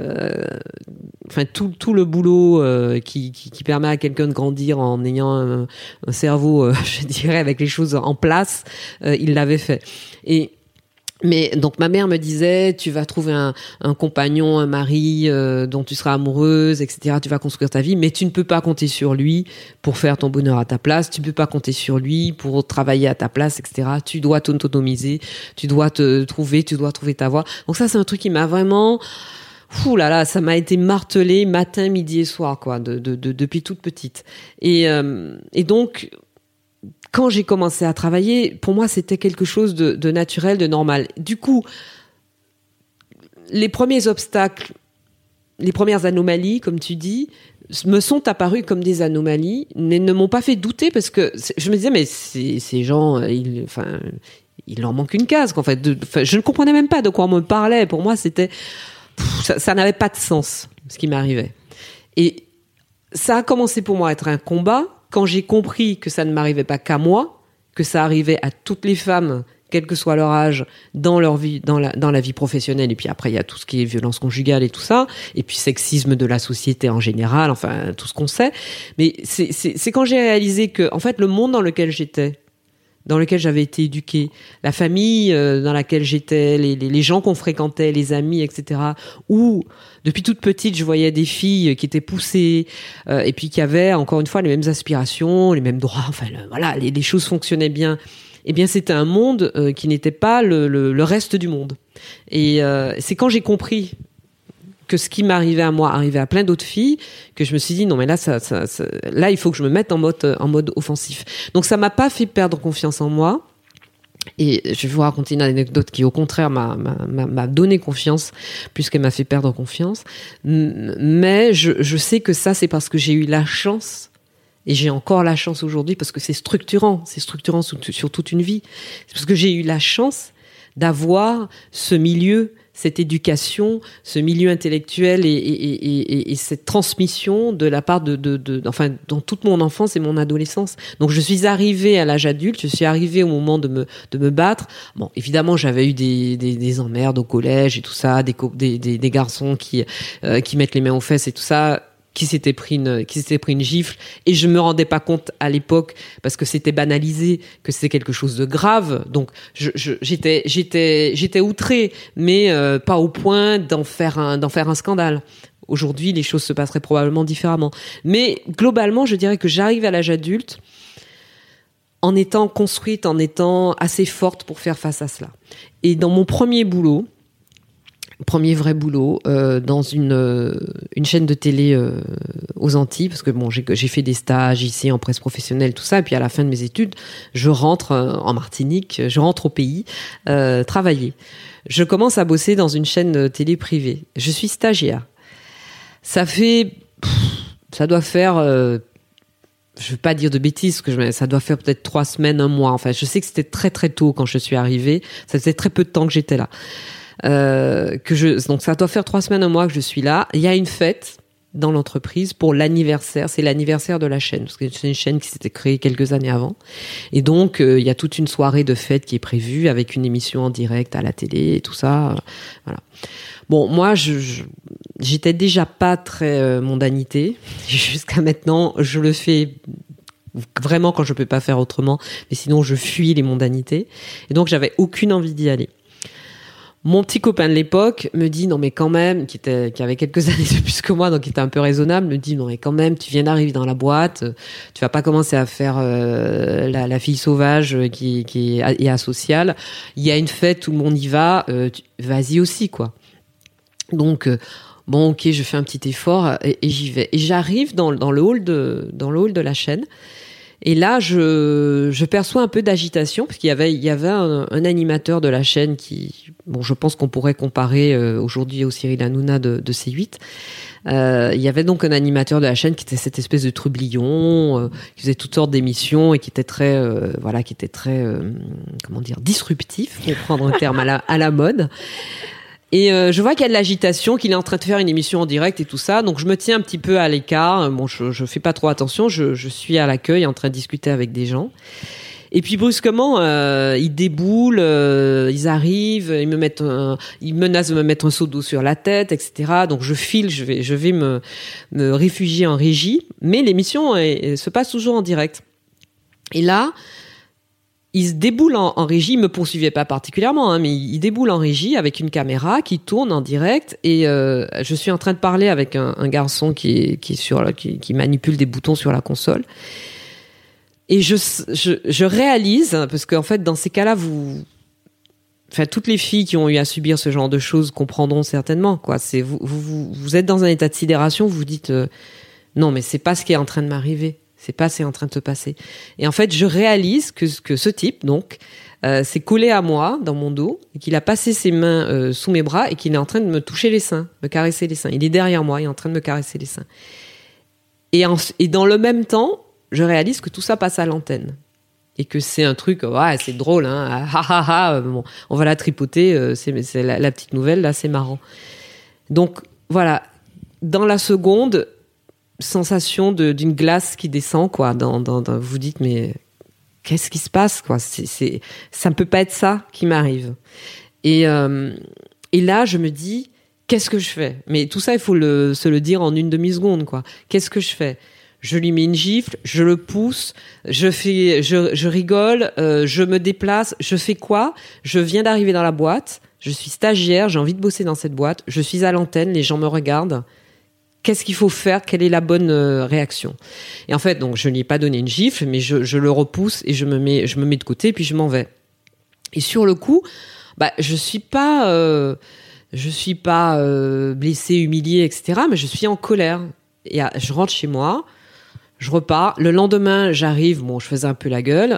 C: tout le boulot qui permet à quelqu'un de grandir en ayant un cerveau, je dirais, avec les choses en place. Ils l'avaient fait. Mais donc ma mère me disait, tu vas trouver un compagnon, un mari dont tu seras amoureuse, etc. Tu vas construire ta vie, mais tu ne peux pas compter sur lui pour faire ton bonheur à ta place. Tu ne peux pas compter sur lui pour travailler à ta place, etc. Tu dois t'autonomiser, tu dois trouver ta voie. Donc ça, c'est un truc qui m'a vraiment... Ouh là là, ça m'a été martelé matin, midi et soir, quoi, depuis toute petite. Et donc... Quand j'ai commencé à travailler, pour moi, c'était quelque chose de naturel, de normal. Du coup, les premiers obstacles, les premières anomalies, comme tu dis, me sont apparues comme des anomalies, mais ne m'ont pas fait douter parce que je me disais, mais ces gens, il leur manque une case, en fait. Je ne comprenais même pas de quoi on me parlait. Pour moi, ça n'avait pas de sens, ce qui m'arrivait. Et ça a commencé pour moi à être un combat. Quand j'ai compris que ça ne m'arrivait pas qu'à moi, que ça arrivait à toutes les femmes, quel que soit leur âge, dans leur vie, dans la vie professionnelle, et puis après il y a tout ce qui est violence conjugale et tout ça, et puis sexisme de la société en général, enfin tout ce qu'on sait. Mais c'est quand j'ai réalisé que, en fait, le monde dans lequel j'étais, dans lequel j'avais été éduquée, la famille dans laquelle j'étais, les gens qu'on fréquentait, les amis, etc., où depuis toute petite je voyais des filles qui étaient poussées et puis qui avaient encore une fois les mêmes aspirations, les mêmes droits, enfin voilà, les choses fonctionnaient bien. Eh bien, c'était un monde qui n'était pas le reste du monde. Et c'est quand j'ai compris que ce qui m'arrivait à moi arrivait à plein d'autres filles, que je me suis dit non mais là là il faut que je me mette en mode offensif. Donc ça m'a pas fait perdre confiance en moi. Et je vais vous raconter une anecdote qui au contraire m'a donné confiance plus qu'elle m'a fait perdre confiance. Mais je sais que ça c'est parce que j'ai eu la chance. Et j'ai encore la chance aujourd'hui parce que c'est structurant sur toute une vie. C'est parce que j'ai eu la chance d'avoir ce milieu, cette éducation, ce milieu intellectuel et cette transmission de la part dans toute mon enfance et mon adolescence. Donc je suis arrivée à l'âge adulte, je suis arrivée au moment de me battre. Bon, évidemment, j'avais eu des emmerdes au collège et tout ça, des garçons qui mettent les mains aux fesses et tout ça, qui s'était pris une gifle, et je me rendais pas compte à l'époque parce que c'était banalisé, que c'était quelque chose de grave. Donc j'étais outrée, mais pas au point d'en faire un scandale. Aujourd'hui, les choses se passeraient probablement différemment. Mais globalement, je dirais que j'arrive à l'âge adulte en étant construite, en étant assez forte pour faire face à cela. Et dans mon premier vrai boulot dans une chaîne de télé aux Antilles, parce que bon, j'ai fait des stages ici en presse professionnelle, tout ça, et puis à la fin de mes études, je rentre en Martinique, je rentre au pays travailler. Je commence à bosser dans une chaîne de télé privée. Je suis stagiaire. Ça doit faire je veux pas dire de bêtises, ça doit faire peut-être 3 semaines, 1 mois. Enfin, je sais que c'était très très tôt quand je suis arrivée. Ça faisait très peu de temps que j'étais là. Donc ça doit faire 3 semaines, 1 mois que je suis là. Il y a une fête dans l'entreprise pour l'anniversaire. C'est l'anniversaire de la chaîne, parce que c'est une chaîne qui s'était créée quelques années avant. Et donc, il y a toute une soirée de fête qui est prévue avec une émission en direct à la télé et tout ça. Voilà. Bon, moi, j'étais déjà pas très mondanité. Jusqu'à maintenant, je le fais vraiment quand je peux pas faire autrement. Mais sinon, je fuis les mondanités. Et donc, j'avais aucune envie d'y aller. Mon petit copain de l'époque me dit non mais quand même, qui avait quelques années de plus que moi, donc qui était un peu raisonnable, me dit non mais quand même, tu viens d'arriver dans la boîte, tu vas pas commencer à faire la fille sauvage qui est asociale. Il y a une fête, tout le monde y va, vas-y aussi quoi. Donc bon ok, je fais un petit effort et j'y vais. Et j'arrive dans le hall de la chaîne. Et là, je perçois un peu d'agitation parce qu'il y avait un animateur de la chaîne qui, bon, je pense qu'on pourrait comparer aujourd'hui au Cyril Hanouna de C8. Il y avait donc un animateur de la chaîne qui était cette espèce de trublion, qui faisait toutes sortes d'émissions et qui était très, comment dire, disruptif, pour prendre un terme à la mode. Et je vois qu'il y a de l'agitation, qu'il est en train de faire une émission en direct et tout ça. Donc je me tiens un petit peu à l'écart. Bon, je fais pas trop attention. Je suis à l'accueil en train de discuter avec des gens. Et puis brusquement, ils déboulent, ils arrivent, ils menacent de me mettre un seau d'eau sur la tête, etc. Donc je file, je vais me réfugier en régie. Mais l'émission se passe toujours en direct. Et là, ils se déboulent en régie, ils me poursuivaient pas particulièrement, mais ils déboulent en régie avec une caméra qui tourne en direct et je suis en train de parler avec un garçon qui manipule des boutons sur la console. Et je réalise, parce qu'en fait dans ces cas-là, toutes les filles qui ont eu à subir ce genre de choses comprendront certainement, quoi. Vous êtes dans un état de sidération, vous vous dites non, mais c'est pas ce qui est en train de m'arriver. C'est pas ce qui est en train de se passer. Et en fait, je réalise que ce type, donc, s'est collé à moi, dans mon dos, et qu'il a passé ses mains sous mes bras et qu'il est en train de me toucher les seins, me caresser les seins. Il est derrière moi, il est en train de me caresser les seins. Et dans le même temps, je réalise que tout ça passe à l'antenne. Et que c'est un truc, ouais, c'est drôle, hein, bon, on va la tripoter, c'est la petite nouvelle, là, c'est marrant. Donc, voilà, dans la seconde, sensation d'une glace qui descend, quoi. Vous dites, mais qu'est-ce qui se passe, quoi? Ça ne peut pas être ça qui m'arrive. Et là, je me dis, qu'est-ce que je fais? Mais tout ça, il faut se le dire en une demi-seconde, quoi. Qu'est-ce que je fais? Je lui mets une gifle, je le pousse, je rigole, je me déplace, je fais quoi? Je viens d'arriver dans la boîte, je suis stagiaire, j'ai envie de bosser dans cette boîte, je suis à l'antenne, les gens me regardent. Qu'est-ce qu'il faut faire? Quelle est la bonne réaction? Et en fait, donc, je lui ai pas donné une gifle, mais je le repousse et je me mets de côté, puis je m'en vais. Et sur le coup, je suis pas blessée, humiliée, etc., mais je suis en colère. Et je rentre chez moi, je repars. Le lendemain, j'arrive, bon, je faisais un peu la gueule.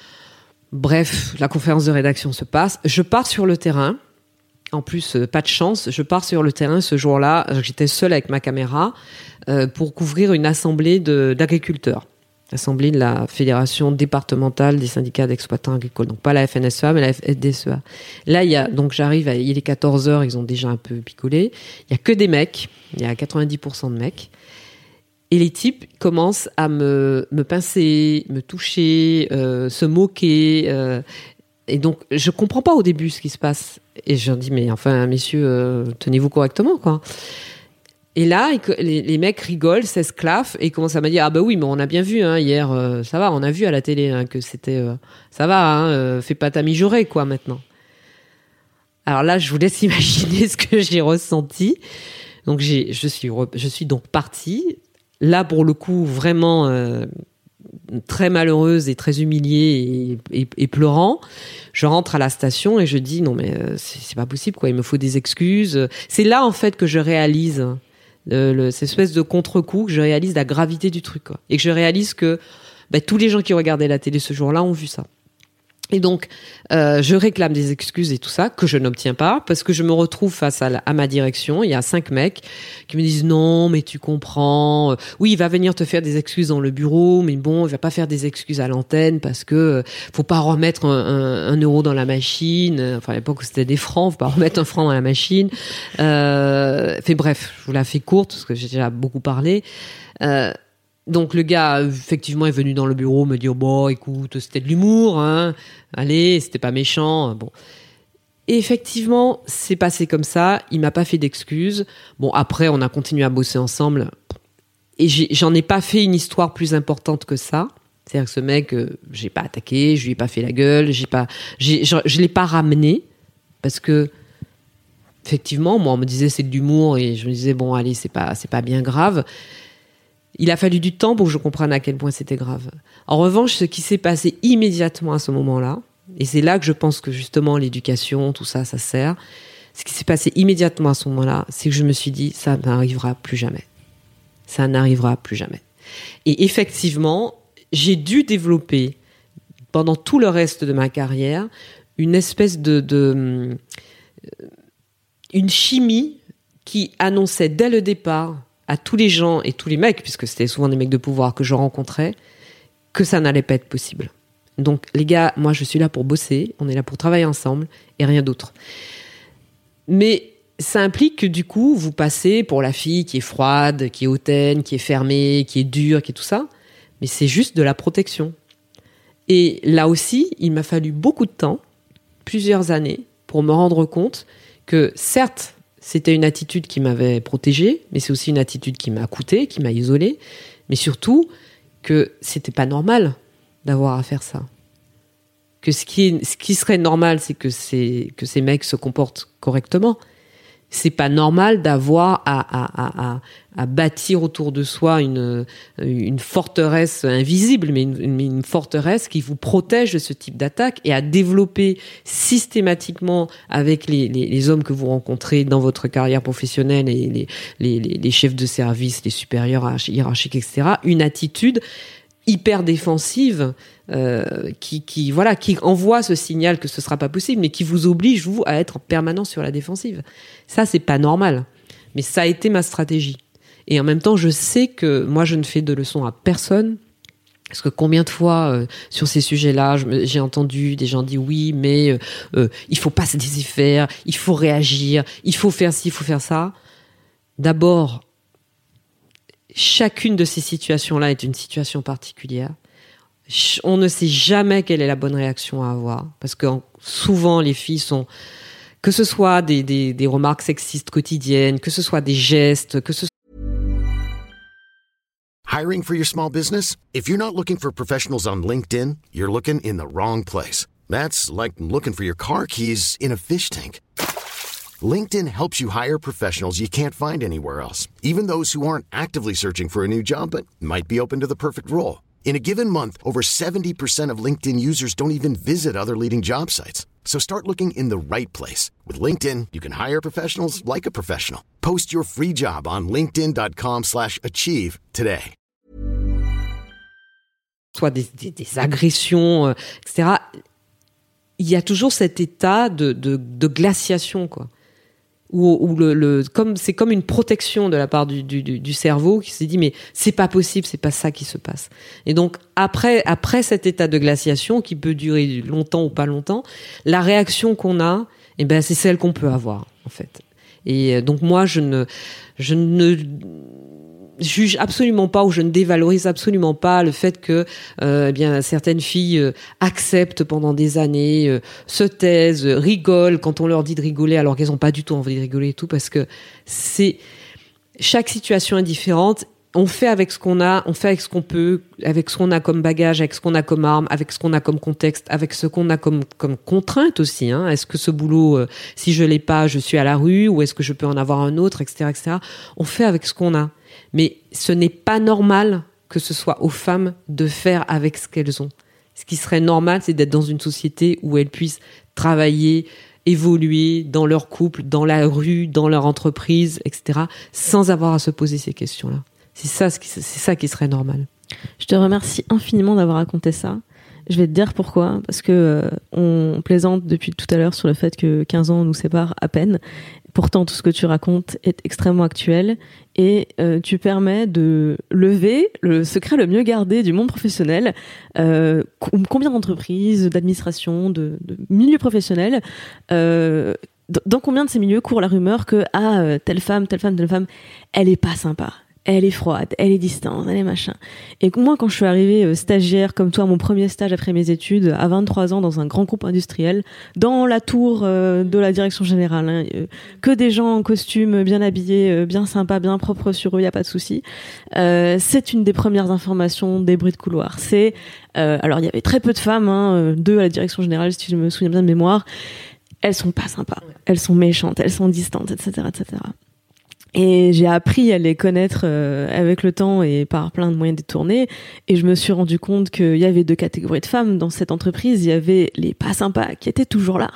C: Bref, la conférence de rédaction se passe. Je pars sur le terrain. En plus, pas de chance, je pars sur le terrain ce jour-là. J'étais seule avec ma caméra pour couvrir une assemblée d'agriculteurs. Assemblée de la Fédération départementale des syndicats d'exploitants agricoles. Donc pas la FNSEA, mais la FDSEA. Là, donc j'arrive, il est 14h, ils ont déjà un peu picolé. Il y a que des mecs, il y a 90% de mecs. Et les types commencent à me pincer, me toucher, se moquer. Et donc, je comprends pas au début ce qui se passe. Et je leur dis, mais enfin, messieurs, tenez-vous correctement, quoi. Et là, les mecs rigolent, s'esclaffent et commencent à me dire, ah bah oui, mais on a bien vu, hein, hier, ça va, on a vu à la télé, hein, que c'était, ça va, hein, fais pas ta mijaurée, quoi, maintenant. Alors là, je vous laisse imaginer ce que j'ai ressenti. Donc, je suis donc partie. Là, pour le coup, vraiment, très malheureuse et très humiliée et pleurant, je rentre à la station et je dis non mais c'est pas possible, quoi, il me faut des excuses. C'est là en fait que je réalise cette espèce de contre-coup, que je réalise la gravité du truc, quoi, et que je réalise que tous les gens qui regardaient la télé ce jour-là ont vu ça. Et donc, je réclame des excuses et tout ça, que je n'obtiens pas, parce que je me retrouve face à ma direction. Il y a 5 mecs qui me disent « Non, mais tu comprends. Oui, il va venir te faire des excuses dans le bureau, mais bon, il va pas faire des excuses à l'antenne parce que faut pas remettre un euro dans la machine. Enfin, à l'époque, c'était des francs, faut pas remettre un franc dans la machine. » Bref, je vous la fais courte, parce que j'ai déjà beaucoup parlé. Donc le gars, effectivement, est venu dans le bureau me dire « Bon, écoute, c'était de l'humour, hein. Allez, c'était pas méchant. » Bon. Et effectivement, c'est passé comme ça. Il m'a pas fait d'excuses. Bon, après, on a continué à bosser ensemble. Et j'en ai pas fait une histoire plus importante que ça. C'est-à-dire que ce mec, j'ai pas attaqué, je lui ai pas fait la gueule, je l'ai pas ramené. Parce que, effectivement, moi, on me disait c'est de l'humour et je me disais, bon, allez, c'est pas bien grave. Il a fallu du temps pour que je comprenne à quel point c'était grave. En revanche, ce qui s'est passé immédiatement à ce moment-là, et c'est là que je pense que justement l'éducation, tout ça, ça sert, ce qui s'est passé immédiatement à ce moment-là, c'est que je me suis dit, ça n'arrivera plus jamais. Ça n'arrivera plus jamais. Et effectivement, j'ai dû développer pendant tout le reste de ma carrière une espèce une chimie qui annonçait dès le départ à tous les gens et tous les mecs, puisque c'était souvent des mecs de pouvoir que je rencontrais, que ça n'allait pas être possible. Donc les gars, moi je suis là pour bosser, on est là pour travailler ensemble et rien d'autre. Mais ça implique que du coup, vous passez pour la fille qui est froide, qui est hautaine, qui est fermée, qui est dure, qui est tout ça. Mais c'est juste de la protection. Et là aussi, il m'a fallu beaucoup de temps, plusieurs années, pour me rendre compte que certes, c'était une attitude qui m'avait protégée, mais c'est aussi une attitude qui m'a coûté, qui m'a isolée, mais surtout que c'était pas normal d'avoir à faire ça. Que ce qui serait normal, c'est que ces mecs se comportent correctement. C'est pas normal d'avoir à bâtir autour de soi une forteresse invisible, mais une forteresse qui vous protège de ce type d'attaque, et à développer systématiquement avec les hommes que vous rencontrez dans votre carrière professionnelle et les chefs de service, les supérieurs hiérarchiques, etc., une attitude hyper défensive qui envoie ce signal que ce sera pas possible, mais qui vous oblige, vous, à être en permanence sur la défensive. Ça, c'est pas normal. Mais ça a été ma stratégie. Et en même temps, je sais que moi, je ne fais de leçons à personne. Parce que combien de fois, sur ces sujets-là, j'ai entendu des gens dire oui, mais il faut pas se laisser faire, il faut réagir, il faut faire ci, il faut faire ça. D'abord, chacune de ces situations-là est une situation particulière. On ne sait jamais quelle est la bonne réaction à avoir. Parce que souvent, les filles sont... Que ce soit des remarques sexistes quotidiennes, que ce soit des gestes, que ce soit...
D: Hiring for your small business? If you're not looking for professionals on LinkedIn, you're looking in the wrong place. That's like looking for your car keys in a fish tank. LinkedIn helps you hire professionals you can't find anywhere else, even those who aren't actively searching for a new job but might be open to the perfect role. In a given month, over 70% of LinkedIn users don't even visit other leading job sites. So start looking in the right place. With LinkedIn, you can hire professionals like a professional. Post your free job on linkedin.com/achieve today.
C: Soit des agressions, etc. Il y a toujours cet état de glaciation, quoi. Où c'est comme une protection de la part du cerveau qui se dit mais c'est pas possible, c'est pas ça qui se passe. Et donc après cet état de glaciation qui peut durer longtemps ou pas longtemps, la réaction qu'on a, c'est celle qu'on peut avoir en fait. Et donc moi je ne juge absolument pas ou je ne dévalorise absolument pas le fait que certaines filles acceptent pendant des années, se taisent, rigolent quand on leur dit de rigoler alors qu'elles n'ont pas du tout envie de rigoler et tout, parce que chaque situation est différente. On fait avec ce qu'on a, on fait avec ce qu'on peut, avec ce qu'on a comme bagage, avec ce qu'on a comme arme, avec ce qu'on a comme contexte, avec ce qu'on a comme contrainte aussi. Est-ce que ce boulot, si je l'ai pas, je suis à la rue, ou est-ce que je peux en avoir un autre, etc., etc. On fait avec ce qu'on a. Mais ce n'est pas normal que ce soit aux femmes de faire avec ce qu'elles ont. Ce qui serait normal, c'est d'être dans une société où elles puissent travailler, évoluer dans leur couple, dans la rue, dans leur entreprise, etc., sans avoir à se poser ces questions-là. C'est ça qui serait normal.
B: Je te remercie infiniment d'avoir raconté ça. Je vais te dire pourquoi. Parce que on plaisante depuis tout à l'heure sur le fait que 15 ans nous séparent à peine. Pourtant, tout ce que tu racontes est extrêmement actuel et tu permets de lever le secret le mieux gardé du monde professionnel. Combien d'entreprises, d'administrations, de milieux professionnels, dans combien de ces milieux court la rumeur que telle femme, elle est pas sympa. Elle est froide, elle est distante, elle est machin. Et moi, quand je suis arrivée stagiaire, comme toi, mon premier stage après mes études, à 23 ans, dans un grand groupe industriel, dans la tour de la direction générale, que des gens en costume, bien habillés, bien sympas, bien propres sur eux, y a pas de souci. C'est une des premières informations des bruits de couloir. Alors, il y avait très peu de femmes, 2 à la direction générale, si je me souviens bien de mémoire. Elles sont pas sympas, elles sont méchantes, elles sont distantes, etc., etc. Et j'ai appris à les connaître avec le temps et par plein de moyens détournés. Et je me suis rendu compte qu'il y avait 2 catégories de femmes dans cette entreprise. Il y avait les pas sympas qui étaient toujours là.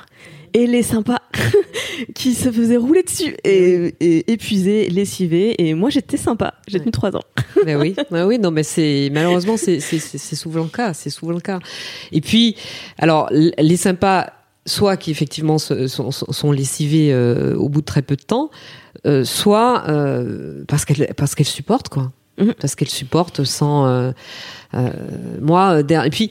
B: et les sympas qui se faisaient rouler dessus et épuisés, lessivés. Et moi, j'étais sympa. J'ai tenu 3 ans.
C: Mais oui, non, mais malheureusement, c'est souvent le cas. C'est souvent le cas. Et puis, alors, les sympas, soit qui effectivement sont lessivés au bout de très peu de temps, soit parce qu'elles supportent, quoi. Parce qu'elles supportent sans moi. Et puis,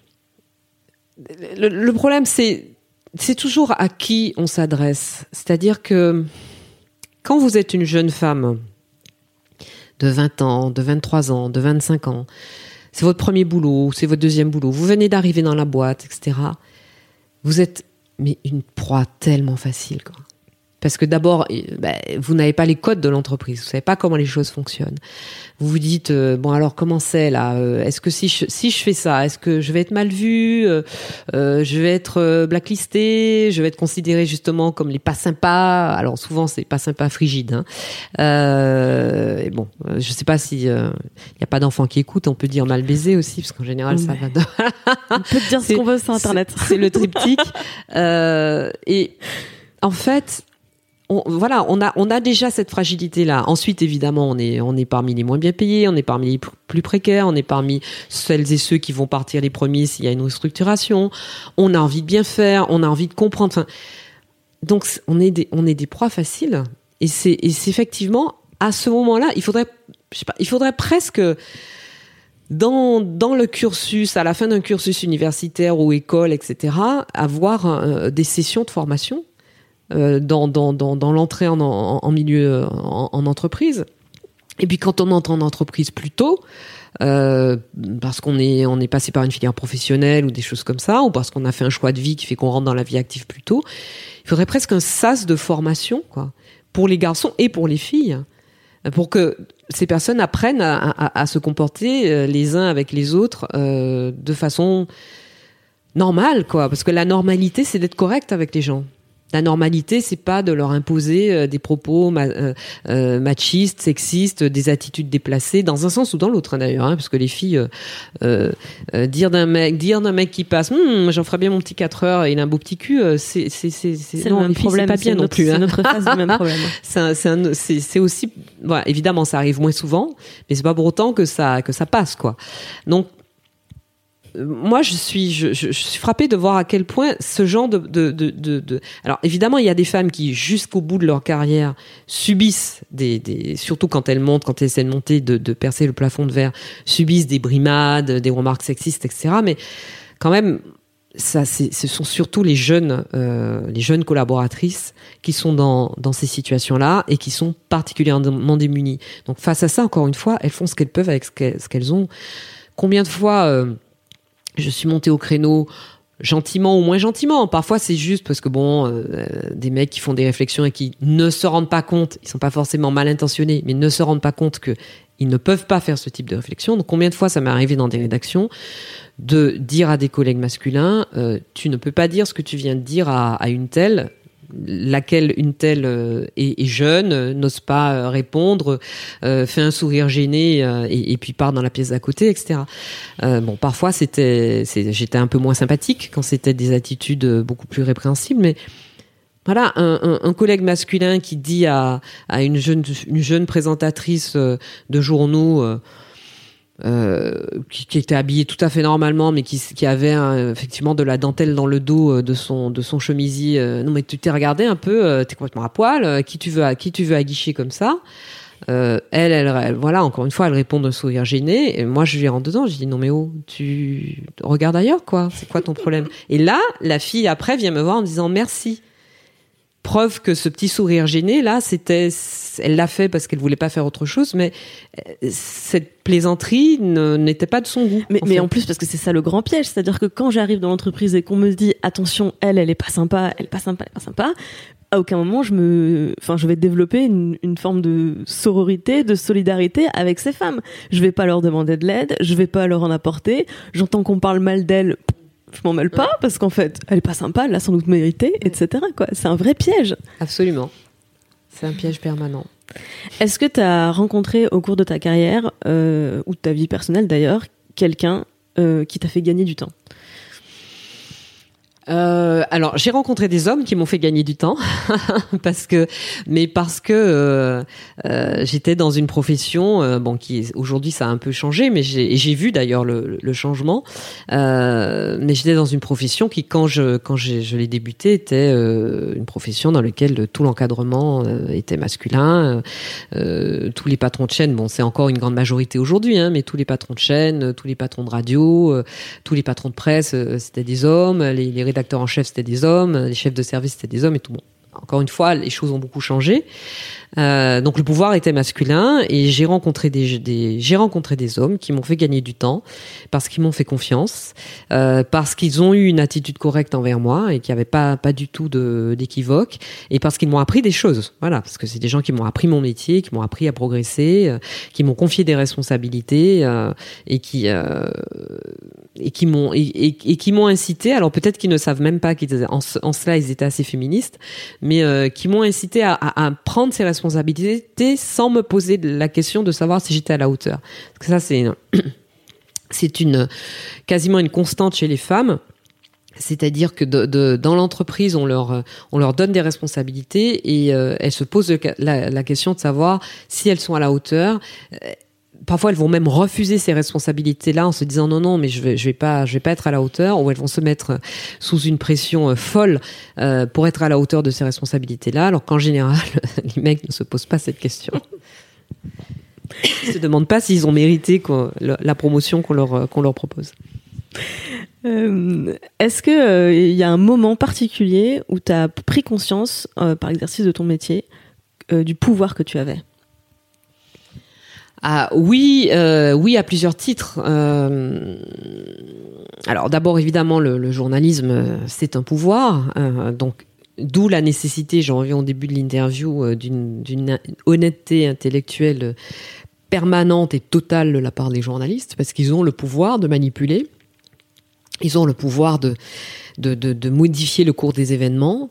C: le problème, c'est toujours à qui on s'adresse. C'est-à-dire que quand vous êtes une jeune femme de 20 ans, de 23 ans, de 25 ans, c'est votre premier boulot, c'est votre deuxième boulot, vous venez d'arriver dans la boîte, etc. Vous êtes une proie tellement facile, quoi. Parce que d'abord, vous n'avez pas les codes de l'entreprise, vous savez pas comment les choses fonctionnent. Vous vous dites bon alors comment c'est là, est-ce que si je fais ça, est-ce que je vais être mal vue, je vais être blacklistée, je vais être considérée justement comme les pas sympas. Alors souvent c'est pas sympa frigide. Et bon, je sais pas si y a pas d'enfants qui écoutent, on peut dire mal baisé aussi parce qu'en général ça va.
B: On peut dire ce qu'on veut sur internet.
C: C'est le triptyque. Et en fait. On a déjà cette fragilité-là. Ensuite, évidemment, on est parmi les moins bien payés, on est parmi les plus précaires, on est parmi celles et ceux qui vont partir les premiers s'il y a une restructuration. On a envie de bien faire, on a envie de comprendre. Enfin, donc, on est des proies faciles. Et c'est effectivement, à ce moment-là, il faudrait presque, dans le cursus, à la fin d'un cursus universitaire ou école, etc., avoir des sessions de formation. Dans l'entrée en milieu en entreprise. Et puis quand on entre en entreprise plus tôt, parce qu'on est passé par une filière professionnelle ou des choses comme ça, ou parce qu'on a fait un choix de vie qui fait qu'on rentre dans la vie active plus tôt, il faudrait presque un sas de formation, quoi, pour les garçons et pour les filles, pour que ces personnes apprennent à se comporter les uns avec les autres de façon normale, quoi. Parce que la normalité, c'est d'être correct avec les gens. La normalité, c'est pas de leur imposer des propos machistes, sexistes, des attitudes déplacées, dans un sens ou dans l'autre, d'ailleurs, parce que les filles dire d'un mec qui passe, j'en ferais bien mon petit 4 heures et il a un beau petit cul, c'est
B: non, le même problème,
C: c'est pas bien non plus.
B: C'est notre face du même problème.
C: C'est aussi, voilà, évidemment, ça arrive moins souvent, mais c'est pas pour autant que ça passe, quoi. Donc moi, je suis frappée de voir à quel point ce genre de... Alors, évidemment, il y a des femmes qui, jusqu'au bout de leur carrière, subissent surtout quand elles montent, quand elles essaient de monter, de percer le plafond de verre, subissent des brimades, des remarques sexistes, etc. Mais quand même, ce sont surtout les jeunes collaboratrices qui sont dans ces situations-là et qui sont particulièrement démunies. Donc, face à ça, encore une fois, elles font ce qu'elles peuvent avec ce qu'elles ont. Combien de fois... je suis montée au créneau gentiment ou moins gentiment. Parfois, c'est juste parce que des mecs qui font des réflexions et qui ne se rendent pas compte, ils sont pas forcément mal intentionnés, mais ne se rendent pas compte que ils ne peuvent pas faire ce type de réflexion. Donc, combien de fois ça m'est arrivé dans des rédactions de dire à des collègues masculins, tu ne peux pas dire ce que tu viens de dire à une telle, laquelle une telle est jeune, n'ose pas répondre, fait un sourire gêné et puis part dans la pièce d'à côté, etc. Parfois j'étais un peu moins sympathique quand c'était des attitudes beaucoup plus répréhensibles, mais voilà, un collègue masculin qui dit à une jeune présentatrice de journaux qui était habillée tout à fait normalement, mais qui avait effectivement de la dentelle dans le dos de son chemisier. Non, mais tu t'es regardé un peu, t'es complètement à poil. Qui tu veux aguicher comme ça? Elle, voilà, encore une fois, elle répond d'un sourire gêné. Et moi, je lui rentre dedans. Je dis non, mais tu regardes ailleurs, quoi. C'est quoi ton problème? Et là, la fille après vient me voir en me disant merci. Preuve que ce petit sourire gêné, là, elle l'a fait parce qu'elle voulait pas faire autre chose, mais cette plaisanterie n'était pas de son goût.
B: Mais en plus, parce que c'est ça le grand piège, c'est-à-dire que quand j'arrive dans l'entreprise et qu'on me dit attention, elle est pas sympa, à aucun moment je vais développer une forme de sororité, de solidarité avec ces femmes. Je vais pas leur demander de l'aide, je vais pas leur en apporter. J'entends qu'on parle mal d'elle. Je m'en mêle pas parce qu'en fait, elle est pas sympa, elle l'a sans doute mérité, etc. quoi. C'est un vrai piège.
C: Absolument. C'est un piège permanent.
B: Est-ce que tu as rencontré au cours de ta carrière, ou de ta vie personnelle d'ailleurs, quelqu'un qui t'a fait gagner du temps ?
C: Alors, j'ai rencontré des hommes qui m'ont fait gagner du temps parce que j'étais dans une profession qui aujourd'hui ça a un peu changé, mais j'ai vu d'ailleurs le changement. Mais j'étais dans une profession qui quand je l'ai débuté était une profession dans laquelle tout l'encadrement était masculin. Tous les patrons de chaîne, bon c'est encore une grande majorité aujourd'hui, mais tous les patrons de chaîne, tous les patrons de radio, tous les patrons de presse, c'était des hommes. Les rédacteurs en chef, c'était des hommes. Les chefs de service, c'était des hommes et tout. Bon, encore une fois, les choses ont beaucoup changé. Donc le pouvoir était masculin et j'ai rencontré des hommes qui m'ont fait gagner du temps parce qu'ils m'ont fait confiance, parce qu'ils ont eu une attitude correcte envers moi et qu'il n'y avait pas du tout d'équivoque, et parce qu'ils m'ont appris des choses. Voilà, parce que c'est des gens qui m'ont appris mon métier, qui m'ont appris à progresser, qui m'ont confié des responsabilités et qui m'ont incité. Alors peut-être qu'ils ne savent même pas en cela ils étaient assez féministes, mais qui m'ont incité à prendre ces responsabilités sans me poser la question de savoir si j'étais à la hauteur. Parce que ça, c'est quasiment une constante chez les femmes. C'est-à-dire que dans l'entreprise, on leur donne des responsabilités et elles se posent la question de savoir si elles sont à la hauteur. Parfois, elles vont même refuser ces responsabilités-là en se disant non, mais je vais pas être à la hauteur, ou elles vont se mettre sous une pression folle pour être à la hauteur de ces responsabilités-là, alors qu'en général, les mecs ne se posent pas cette question. Ils se demandent pas s'ils ont mérité la promotion qu'on leur propose.
B: Est-ce que il y a un moment particulier où tu as pris conscience, par l'exercice de ton métier, du pouvoir que tu avais ?
C: Ah oui, à plusieurs titres. Alors d'abord évidemment le journalisme c'est un pouvoir, donc d'où la nécessité, j'en reviens au début de l'interview, d'une honnêteté intellectuelle permanente et totale de la part des journalistes, parce qu'ils ont le pouvoir de manipuler, ils ont le pouvoir de modifier le cours des événements.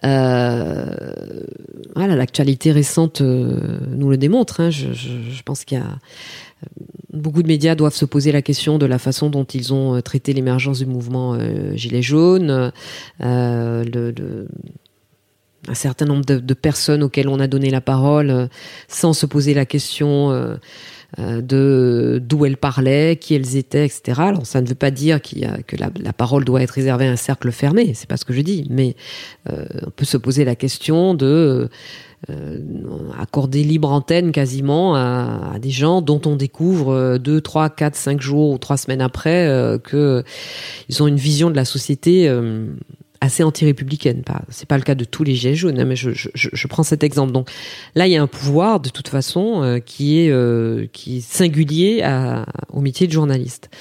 C: Voilà, l'actualité récente nous le démontre. Je pense qu'il y a beaucoup de médias doivent se poser la question de la façon dont ils ont traité l'émergence du mouvement Gilets jaunes, un certain nombre de personnes auxquelles on a donné la parole sans se poser la question d'où elles parlaient, qui elles étaient, etc. Alors ça ne veut pas dire que la parole doit être réservée à un cercle fermé, c'est pas ce que je dis, mais on peut se poser la question de accorder libre antenne quasiment à des gens dont on découvre 2, 3, 4, 5 jours ou 3 semaines après que ils ont une vision de la société assez anti-républicaine. C'est pas le cas de tous les gilets jaunes, mais je prends cet exemple. Donc là, il y a un pouvoir de toute façon qui est singulier au métier de journaliste.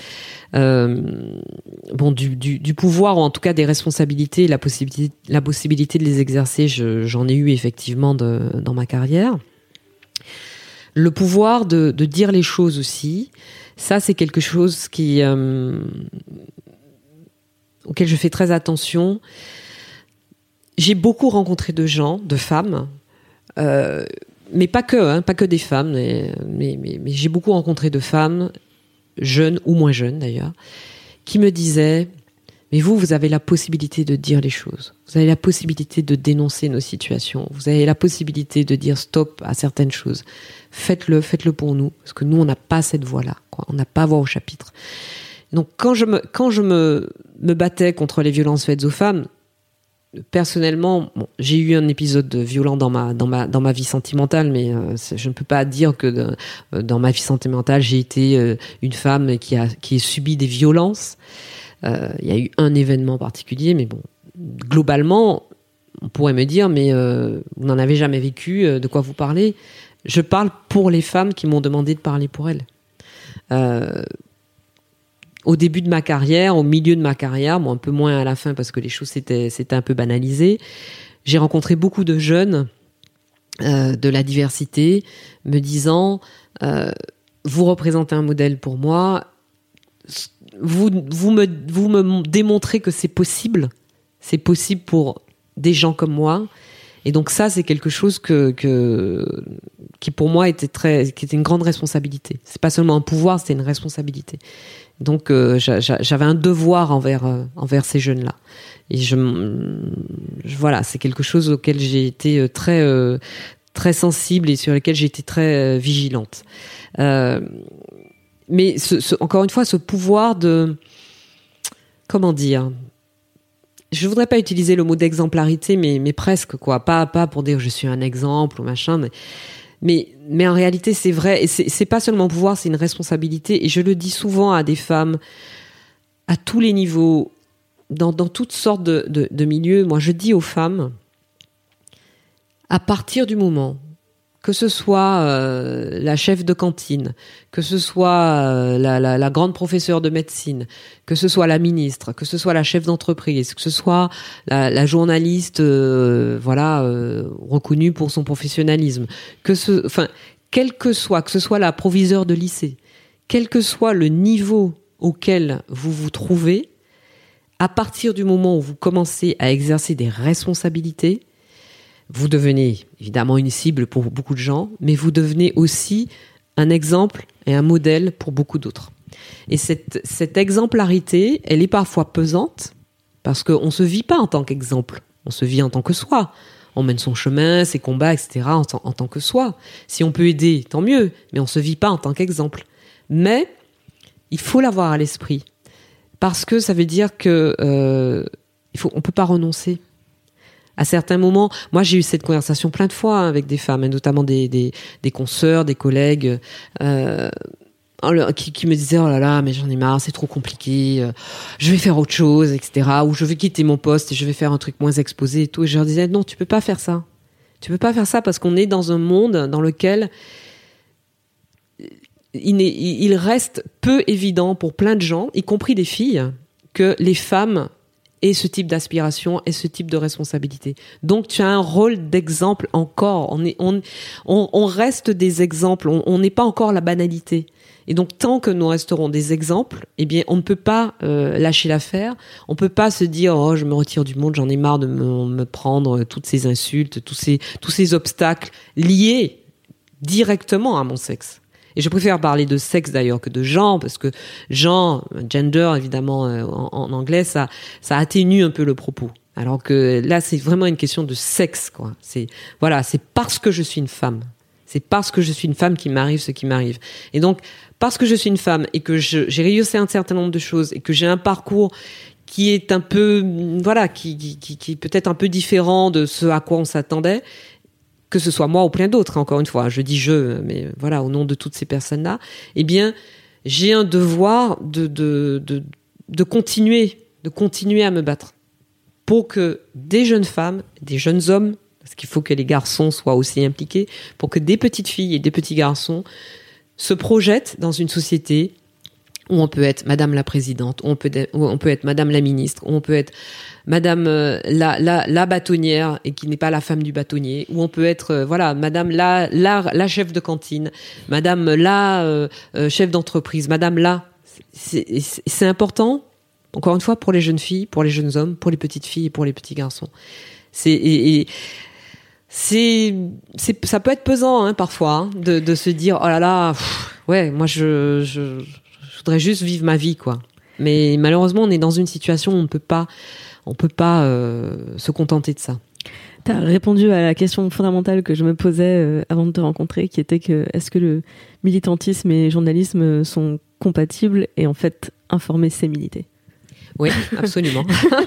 C: Du pouvoir, ou en tout cas des responsabilités, la possibilité de les exercer, j'en ai eu effectivement dans ma carrière. Le pouvoir de dire les choses aussi, ça c'est quelque chose auquel je fais très attention. J'ai beaucoup rencontré de gens, de femmes, mais pas que des femmes, mais j'ai beaucoup rencontré de femmes, jeunes ou moins jeunes d'ailleurs, qui me disaient « Mais vous avez la possibilité de dire les choses, vous avez la possibilité de dénoncer nos situations, vous avez la possibilité de dire stop à certaines choses, faites-le pour nous, parce que nous on n'a pas cette voix-là, on n'a pas voix au chapitre. » Donc quand je me battais contre les violences faites aux femmes, personnellement, j'ai eu un épisode violent dans ma vie sentimentale, mais je ne peux pas dire que dans ma vie sentimentale j'ai été une femme qui a subi des violences. Il y a eu un événement particulier, mais bon, globalement, on pourrait me dire, mais vous n'en avez jamais vécu, de quoi vous parlez ? Je parle pour les femmes qui m'ont demandé de parler pour elles. Au début de ma carrière, au milieu de ma carrière, un peu moins à la fin parce que les choses s'étaient un peu banalisées, j'ai rencontré beaucoup de jeunes de la diversité me disant vous représentez un modèle pour moi, vous me démontrez que c'est possible pour des gens comme moi. Et donc ça, c'est quelque chose qui pour moi qui était une grande responsabilité. C'est pas seulement un pouvoir, c'était une responsabilité. Donc j'avais un devoir envers ces jeunes-là. Et voilà, c'est quelque chose auquel j'ai été très sensible et sur lequel j'ai été très vigilante. Mais encore une fois, ce pouvoir de, comment dire, je voudrais pas utiliser le mot d'exemplarité, mais presque, quoi. Pas pour dire je suis un exemple ou machin, mais en réalité, c'est vrai. Et c'est pas seulement un pouvoir, c'est une responsabilité. Et je le dis souvent à des femmes, à tous les niveaux, dans toutes sortes de milieux. Moi, je dis aux femmes, à partir du moment, que ce soit la chef de cantine, que ce soit la grande professeure de médecine, que ce soit la ministre, que ce soit la chef d'entreprise, que ce soit la journaliste, reconnue pour son professionnalisme, quel que ce soit la proviseure de lycée, quel que soit le niveau auquel vous vous trouvez, à partir du moment où vous commencez à exercer des responsabilités, vous devenez évidemment une cible pour beaucoup de gens, mais vous devenez aussi un exemple et un modèle pour beaucoup d'autres. Et cette exemplarité, elle est parfois pesante, parce qu'on ne se vit pas en tant qu'exemple, on se vit en tant que soi. On mène son chemin, ses combats, etc. en tant que soi. Si on peut aider, tant mieux, mais on ne se vit pas en tant qu'exemple. Mais il faut l'avoir à l'esprit, parce que ça veut dire que on ne peut pas renoncer. À certains moments, moi j'ai eu cette conversation plein de fois avec des femmes, et notamment des consoeurs, des collègues, qui me disaient oh là là, mais j'en ai marre, c'est trop compliqué, je vais faire autre chose, etc. Ou je vais quitter mon poste et je vais faire un truc moins exposé et tout. Et je leur disais non, tu peux pas faire ça. Tu peux pas faire ça parce qu'on est dans un monde dans lequel il reste peu évident pour plein de gens, y compris des filles, que les femmes et ce type d'aspiration et ce type de responsabilité. Donc tu as un rôle d'exemple encore. On reste des exemples. On n'est pas encore la banalité. Et donc tant que nous resterons des exemples, eh bien on ne peut pas lâcher l'affaire. On peut pas se dire oh je me retire du monde, j'en ai marre de me prendre toutes ces insultes, tous ces obstacles liés directement à mon sexe. Et je préfère parler de sexe d'ailleurs que de genre, parce que gender évidemment en anglais, ça atténue un peu le propos. Alors que là, c'est vraiment une question de sexe, quoi. C'est parce que je suis une femme. C'est parce que je suis une femme qu'il m'arrive ce qui m'arrive. Et donc, parce que je suis une femme et que j'ai réussi un certain nombre de choses et que j'ai un parcours qui est un peu, qui est peut-être un peu différent de ce à quoi on s'attendait, que ce soit moi ou plein d'autres, encore une fois, je dis mais voilà, au nom de toutes ces personnes-là, eh bien, j'ai un devoir de continuer à me battre pour que des jeunes femmes, des jeunes hommes, parce qu'il faut que les garçons soient aussi impliqués, pour que des petites filles et des petits garçons se projettent dans une société où on peut être Madame la Présidente, où on peut être Madame la Ministre, où on peut être Madame la bâtonnière et qui n'est pas la femme du bâtonnier, où on peut être Madame la chef de cantine, Madame la chef d'entreprise, Madame la. C'est important, encore une fois, pour les jeunes filles, pour les jeunes hommes, pour les petites filles et pour les petits garçons. Ça peut être pesant parfois de se dire oh là là, moi je voudrais juste vivre ma vie, quoi. Mais malheureusement, on est dans une situation où on peut pas se contenter de ça.
B: Tu as répondu à la question fondamentale que je me posais avant de te rencontrer, qui était que est-ce que le militantisme et le journalisme sont compatibles, et en fait, informer, c'est militer.
C: Oui, absolument.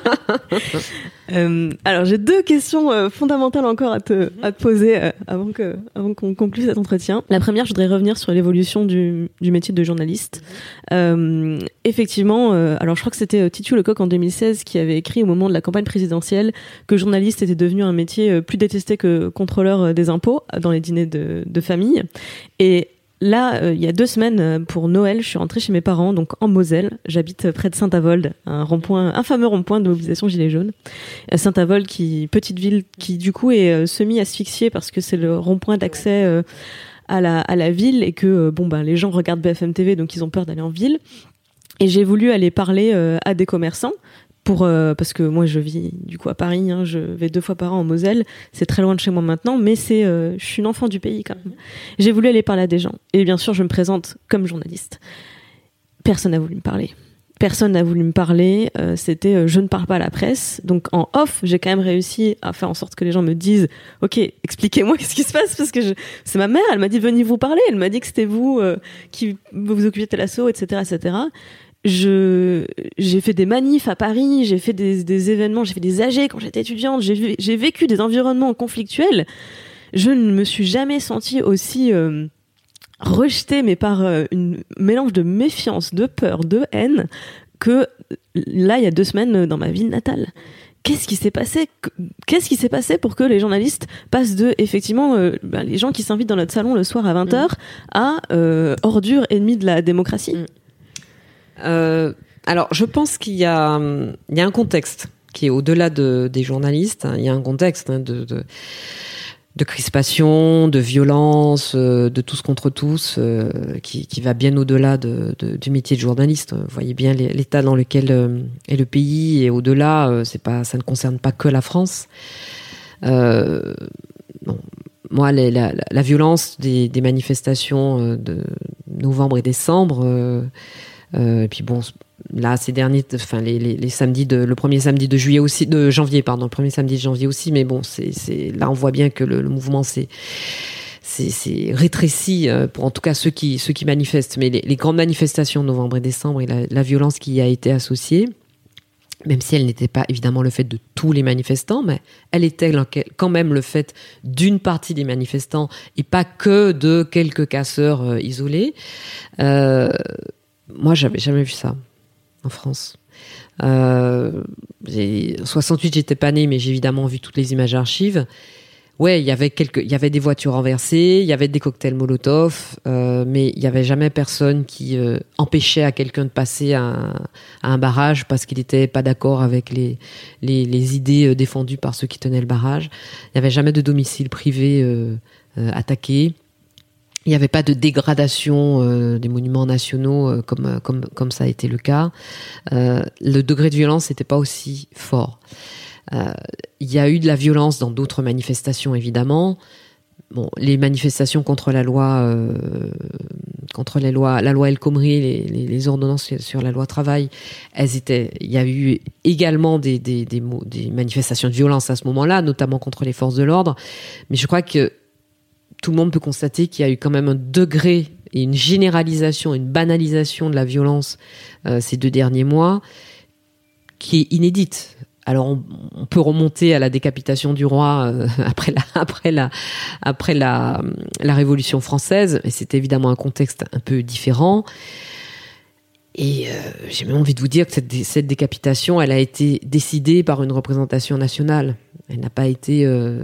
B: Alors, j'ai deux questions fondamentales encore à te poser avant qu'on conclue cet entretien. La première, je voudrais revenir sur l'évolution du métier de journaliste. Effectivement, alors je crois que c'était Titiou Lecoq en 2016 qui avait écrit au moment de la campagne présidentielle que journaliste était devenu un métier plus détesté que contrôleur des impôts dans les dîners de famille. Et là, il y a 2 semaines, pour Noël, je suis rentrée chez mes parents, donc en Moselle. J'habite près de Saint-Avold, un fameux rond-point de mobilisation Gilets jaunes. Saint-Avold, petite ville qui du coup est semi-asphyxiée parce que c'est le rond-point d'accès à la ville, et que les gens regardent BFM TV, donc ils ont peur d'aller en ville. Et j'ai voulu aller parler à des commerçants. Parce que moi je vis du coup à Paris, je vais 2 fois par an en Moselle, c'est très loin de chez moi maintenant, mais je suis une enfant du pays quand même. J'ai voulu aller parler à des gens, et bien sûr je me présente comme journaliste. Personne n'a voulu me parler. personne n'a voulu me parler. C'était je ne parle pas à la presse. Donc en off, j'ai quand même réussi à faire en sorte que les gens me disent ok, expliquez-moi qu'est-ce qui se passe, parce que c'est ma mère, elle m'a dit venez vous parler, elle m'a dit que c'était vous qui vous occupiez de l'assaut, etc., etc. J'ai fait des manifs à Paris, j'ai fait des événements, j'ai fait des AG quand j'étais étudiante, j'ai vécu des environnements conflictuels. Je ne me suis jamais sentie aussi rejetée, mais par un mélange de méfiance, de peur, de haine, que là, il y a 2 semaines, dans ma ville natale. Qu'est-ce qui s'est passé pour que les journalistes passent de, effectivement, les gens qui s'invitent dans notre salon le soir à 20h à ordures ennemies de la démocratie?
C: Alors, je pense qu'il y a un contexte qui est au-delà des journalistes. Il y a un contexte de crispation, de violence, de tous contre tous, qui va bien au-delà du métier de journaliste. Vous voyez bien l'état dans lequel est le pays, et au-delà, ça ne concerne pas que la France. Bon, moi, la violence des manifestations de novembre et décembre, et puis bon, là ces derniers, enfin les samedis le premier samedi de janvier, le premier samedi de janvier aussi, mais bon, c'est là on voit bien que le mouvement c'est rétréci, pour en tout cas ceux qui manifestent, mais les grandes manifestations de novembre et décembre et la violence qui y a été associée, même si elle n'était pas évidemment le fait de tous les manifestants, mais elle était quand même le fait d'une partie des manifestants et pas que de quelques casseurs isolés. Moi, j'avais jamais vu ça en France. 68, j'étais pas née, mais j'ai évidemment vu toutes les images archives. Ouais, il y avait des voitures renversées, il y avait des cocktails Molotov, mais il y avait jamais personne qui empêchait à quelqu'un de passer à un barrage parce qu'il était pas d'accord avec les idées défendues par ceux qui tenaient le barrage. Il y avait jamais de domicile privé attaqué. Il n'y avait pas de dégradation des monuments nationaux comme ça a été le cas. Le degré de violence n'était pas aussi fort. Il y a eu de la violence dans d'autres manifestations, évidemment. Bon, les manifestations contre la loi El Khomri, les ordonnances sur la loi travail, il y a eu également des manifestations de violence à ce moment-là, notamment contre les forces de l'ordre. Mais je crois que tout le monde peut constater qu'il y a eu quand même un degré et une généralisation, une banalisation de la violence ces 2 derniers mois qui est inédite. Alors on peut remonter à la décapitation du roi après la Révolution française, et c'était évidemment un contexte un peu différent. Et j'ai même envie de vous dire que cette décapitation, elle a été décidée par une représentation nationale. Elle n'a pas été le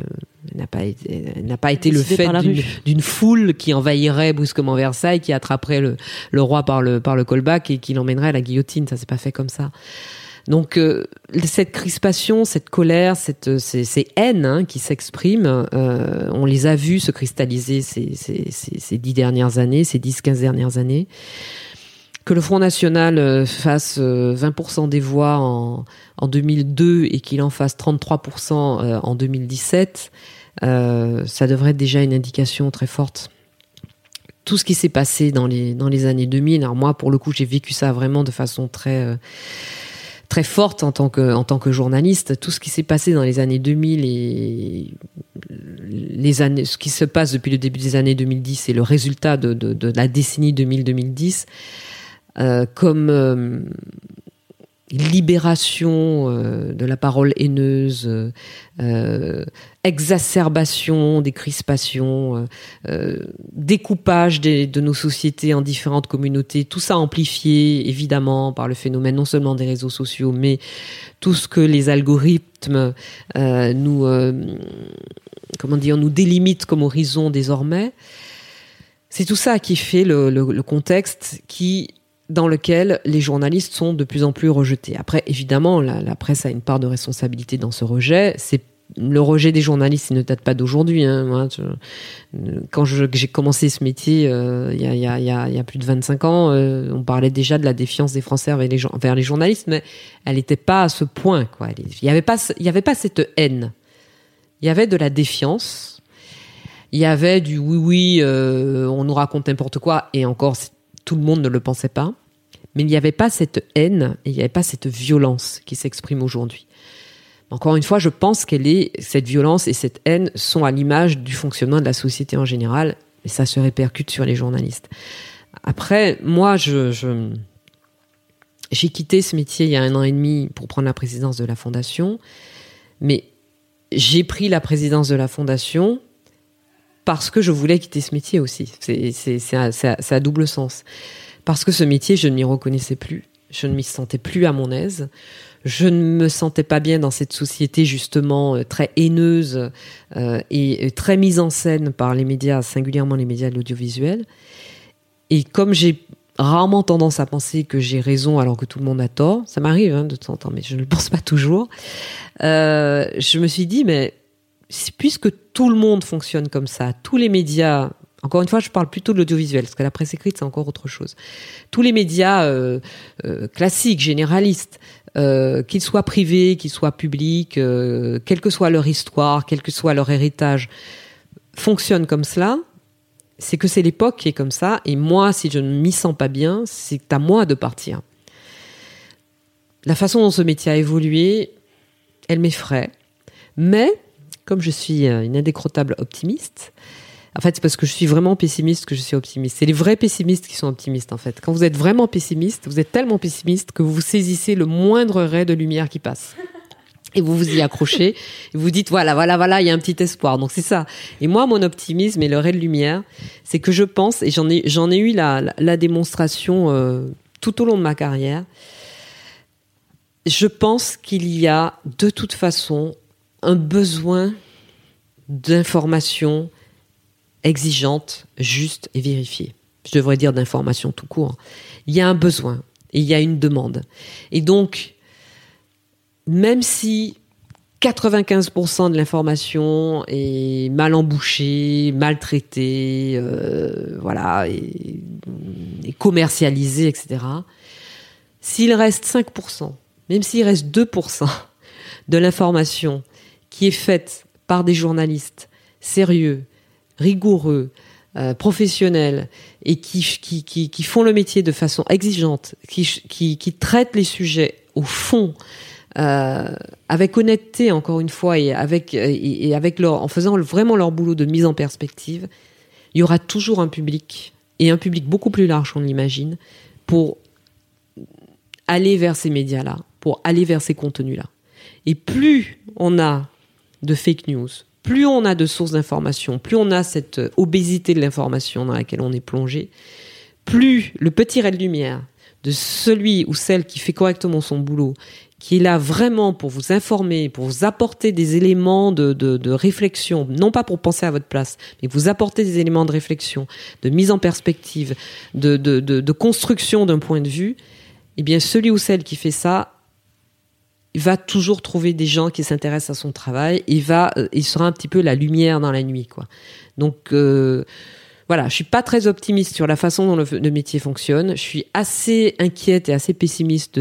C: fait d'une foule qui envahirait brusquement Versailles, qui attraperait le roi par le callback et qui l'emmènerait à la guillotine. Ça s'est pas fait comme ça. Donc cette crispation, cette colère, ces haines qui s'expriment, on les a vues se cristalliser ces 10 dernières années, ces 10-15 dernières années. Que le Front National fasse 20% des voix en 2002 et qu'il en fasse 33% en 2017, ça devrait être déjà une indication très forte. Tout ce qui s'est passé dans les années 2000, alors moi, pour le coup, j'ai vécu ça vraiment de façon très forte en tant que journaliste. Tout ce qui s'est passé dans les années 2000 et ce qui se passe depuis le début des années 2010, c'est le résultat de la décennie 2000-2010. Comme libération de la parole haineuse, exacerbation des crispations, découpage de nos sociétés en différentes communautés, tout ça amplifié évidemment par le phénomène non seulement des réseaux sociaux, mais tout ce que les algorithmes nous délimitent comme horizon désormais. C'est tout ça qui fait le contexte dans lequel les journalistes sont de plus en plus rejetés. Après, évidemment, la presse a une part de responsabilité dans ce rejet. Le rejet des journalistes, il ne date pas d'aujourd'hui. Moi, quand j'ai commencé ce métier, il y a plus de 25 ans, on parlait déjà de la défiance des Français envers les journalistes, mais elle n'était pas à ce point, quoi. Il n'y avait pas cette haine. Il y avait de la défiance. Il y avait du oui, on nous raconte n'importe quoi, et encore, tout le monde ne le pensait pas. Mais il n'y avait pas cette haine, et il n'y avait pas cette violence qui s'exprime aujourd'hui. Encore une fois, je pense cette violence et cette haine sont à l'image du fonctionnement de la société en général, et ça se répercute sur les journalistes. Après, moi, j'ai quitté ce métier il y a 1 an et demi pour prendre la présidence de la Fondation, mais j'ai pris la présidence de la Fondation parce que je voulais quitter ce métier aussi. C'est à double sens. Parce que ce métier, je ne m'y reconnaissais plus, je ne m'y sentais plus à mon aise, je ne me sentais pas bien dans cette société justement très haineuse et très mise en scène par les médias, singulièrement les médias de l'audiovisuel. Et comme j'ai rarement tendance à penser que j'ai raison alors que tout le monde a tort, ça m'arrive de temps en temps, mais je ne le pense pas toujours, je me suis dit, mais puisque tout le monde fonctionne comme ça, tous les médias, encore une fois, je parle plutôt de l'audiovisuel, parce que la presse écrite, c'est encore autre chose. Tous les médias classiques, généralistes, qu'ils soient privés, qu'ils soient publics, quelle que soit leur histoire, quel que soit leur héritage, fonctionnent comme cela. C'est que c'est l'époque qui est comme ça, et moi, si je ne m'y sens pas bien, c'est à moi de partir. La façon dont ce métier a évolué, elle m'effraie. Mais, comme je suis une indécrottable optimiste, en fait, c'est parce que je suis vraiment pessimiste que je suis optimiste. C'est les vrais pessimistes qui sont optimistes, en fait. Quand vous êtes vraiment pessimiste, vous êtes tellement pessimiste que vous saisissez le moindre ray de lumière qui passe. Et vous vous y accrochez, et vous dites, voilà, il y a un petit espoir. Donc c'est ça. Et moi, mon optimisme et le ray de lumière, c'est que je pense, et j'en ai eu la démonstration tout au long de ma carrière, je pense qu'il y a de toute façon un besoin d'information exigeante, juste et vérifiée. Je devrais dire d'information tout court. Il y a un besoin et il y a une demande. Et donc, même si 95% de l'information est mal embouchée, mal traitée, et commercialisée, etc., s'il reste 5%, même s'il reste 2% de l'information qui est faite par des journalistes sérieux, rigoureux, professionnels et qui font le métier de façon exigeante, qui traitent les sujets au fond, avec honnêteté encore une fois et avec en faisant vraiment leur boulot de mise en perspective, il y aura toujours un public, et un public beaucoup plus large qu'on l'imagine, pour aller vers ces médias-là, pour aller vers ces contenus-là. Et plus on a de fake news, plus on a de sources d'information, plus on a cette obésité de l'information dans laquelle on est plongé, plus le petit ray de lumière de celui ou celle qui fait correctement son boulot, qui est là vraiment pour vous informer, pour vous apporter des éléments de réflexion, non pas pour penser à votre place, mais vous apporter des éléments de réflexion, de mise en perspective, de construction d'un point de vue, eh bien celui ou celle qui fait ça, il va toujours trouver des gens qui s'intéressent à son travail, il sera un petit peu la lumière dans la nuit, quoi. Donc voilà, je suis pas très optimiste sur la façon dont le métier fonctionne. Je suis assez inquiète et assez pessimiste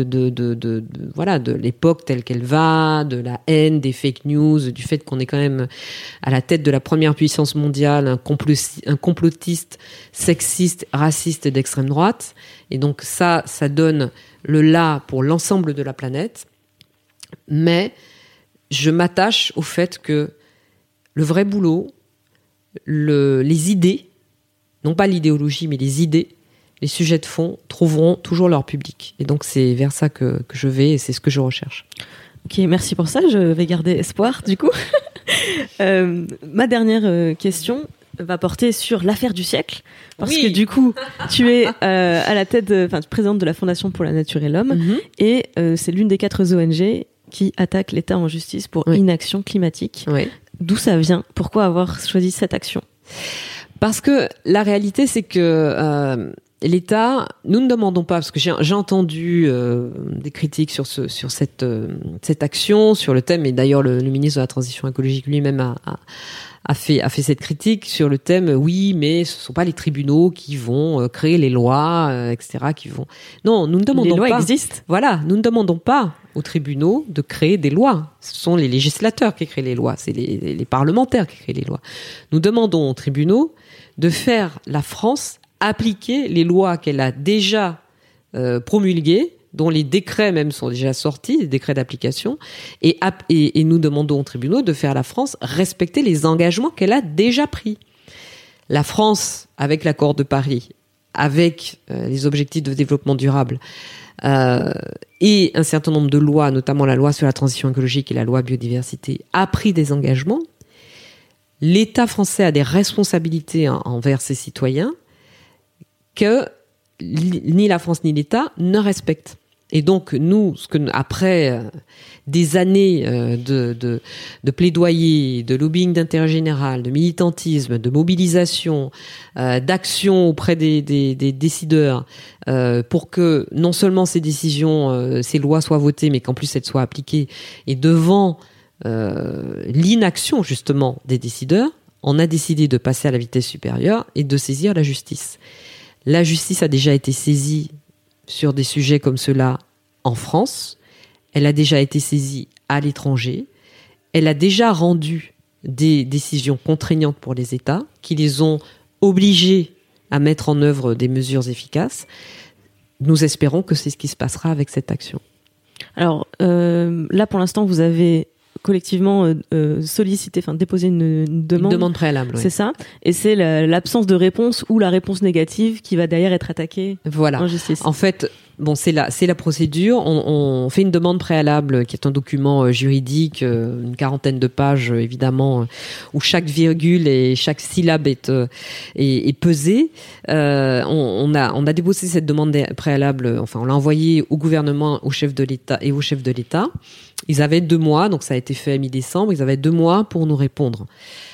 C: de l'époque telle qu'elle va, de la haine, des fake news, du fait qu'on est quand même à la tête de la première puissance mondiale, un complotiste, sexiste, raciste d'extrême droite. Et donc ça donne le là pour l'ensemble de la planète. Mais je m'attache au fait que le vrai boulot, les idées, non pas l'idéologie, mais les idées, les sujets de fond trouveront toujours leur public. Et donc c'est vers ça que je vais et c'est ce que je recherche.
B: Ok, merci pour ça. Je vais garder espoir du coup. Ma dernière question va porter sur l'affaire du siècle, parce que du coup, tu es à la tête, présidente de la Fondation pour la Nature et l'Homme, et c'est l'une des 4 ONG qui attaque l'État en justice pour inaction climatique. Oui. D'où ça vient ? Pourquoi avoir choisi cette action ?
C: Parce que la réalité, c'est que l'État, nous ne demandons pas, parce que j'ai entendu des critiques sur cette action, sur le thème, et d'ailleurs le ministre de la Transition écologique lui-même a fait cette critique sur le thème, oui, mais ce ne sont pas les tribunaux qui vont créer les lois, etc., qui vont... Non, nous ne demandons pas...
B: Les lois existent.
C: Voilà, nous ne demandons pas aux tribunaux de créer des lois. Ce sont les législateurs qui créent les lois, c'est les parlementaires qui créent les lois. Nous demandons aux tribunaux de faire la France appliquer les lois qu'elle a déjà promulgués, dont les décrets même sont déjà sortis, les décrets d'application, et nous demandons aux tribunaux de faire la France respecter les engagements qu'elle a déjà pris. La France, avec l'accord de Paris, avec les objectifs de développement durable, et un certain nombre de lois, notamment la loi sur la transition écologique et la loi biodiversité, a pris des engagements. L'État français a des responsabilités envers ses citoyens que ni la France ni l'État ne respectent. Et donc nous, après des années de plaidoyer, de lobbying d'intérêt général, de militantisme, de mobilisation, d'action auprès des décideurs, pour que non seulement ces décisions, ces lois soient votées, mais qu'en plus elles soient appliquées, et devant l'inaction justement des décideurs, on a décidé de passer à la vitesse supérieure et de saisir la justice. La justice a déjà été saisie sur des sujets comme cela en France. Elle a déjà été saisie à l'étranger. Elle a déjà rendu des décisions contraignantes pour les États qui les ont obligés à mettre en œuvre des mesures efficaces. Nous espérons que c'est ce qui se passera avec cette action.
B: Alors là, pour l'instant, vous avez collectivement déposer une demande.
C: Une demande préalable, oui.
B: C'est ça. Et c'est l'absence de réponse ou la réponse négative qui va derrière être attaquée en justice.
C: En fait, c'est la procédure. On fait une demande préalable qui est un document juridique, une 40aine de pages, évidemment, où chaque virgule et chaque syllabe est pesée. On a déposé cette demande préalable, on l'a envoyée au gouvernement, au chef de l'État et au chef de l'État. Ils avaient 2 mois, donc ça a été fait à mi-décembre, ils avaient 2 mois pour nous répondre.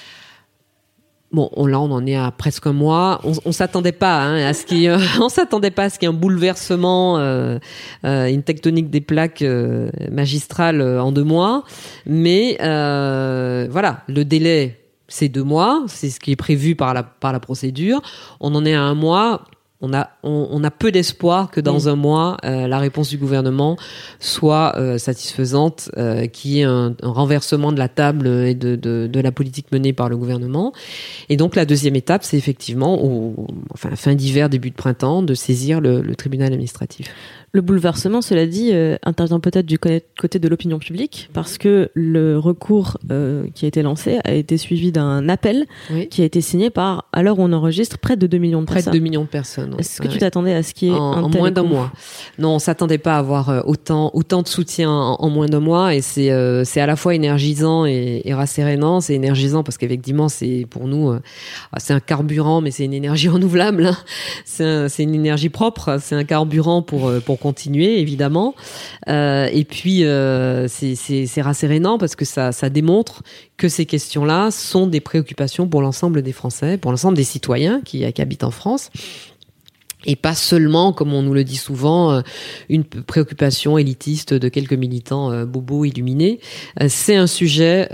C: Bon, là, on en est à presque un mois. On s'attendait pas à ce qu'il y ait un bouleversement, une tectonique des plaques magistrale en 2 mois. Mais voilà, le délai, c'est 2 mois. C'est ce qui est prévu par la procédure. On en est à 1 mois. On a peu d'espoir que dans 1 mois, la réponse du gouvernement soit satisfaisante, qu'il y ait un renversement de la table et de la politique menée par le gouvernement. Et donc la deuxième étape, c'est effectivement, fin d'hiver, début de printemps, de saisir le tribunal administratif.
B: Le bouleversement, cela dit, intervient peut-être du côté de l'opinion publique, parce que le recours qui a été lancé a été suivi d'un appel qui a été signé par, à l'heure où on enregistre, près de 2 millions de personnes.
C: Près de 2 millions de personnes.
B: Est-ce que tu t'attendais à ce qu'il y ait
C: en moins d'un mois? Non, on s'attendait pas à avoir autant de soutien en moins d'un mois, et c'est à la fois énergisant et rassérénant. C'est énergisant parce qu'effectivement, c'est pour nous, c'est un carburant, mais c'est une énergie renouvelable. C'est une énergie propre, c'est un carburant pour continuer, évidemment. Et puis, c'est rassérénant parce que ça démontre que ces questions-là sont des préoccupations pour l'ensemble des Français, pour l'ensemble des citoyens qui habitent en France. Et pas seulement, comme on nous le dit souvent, une préoccupation élitiste de quelques militants bobos illuminés. C'est un sujet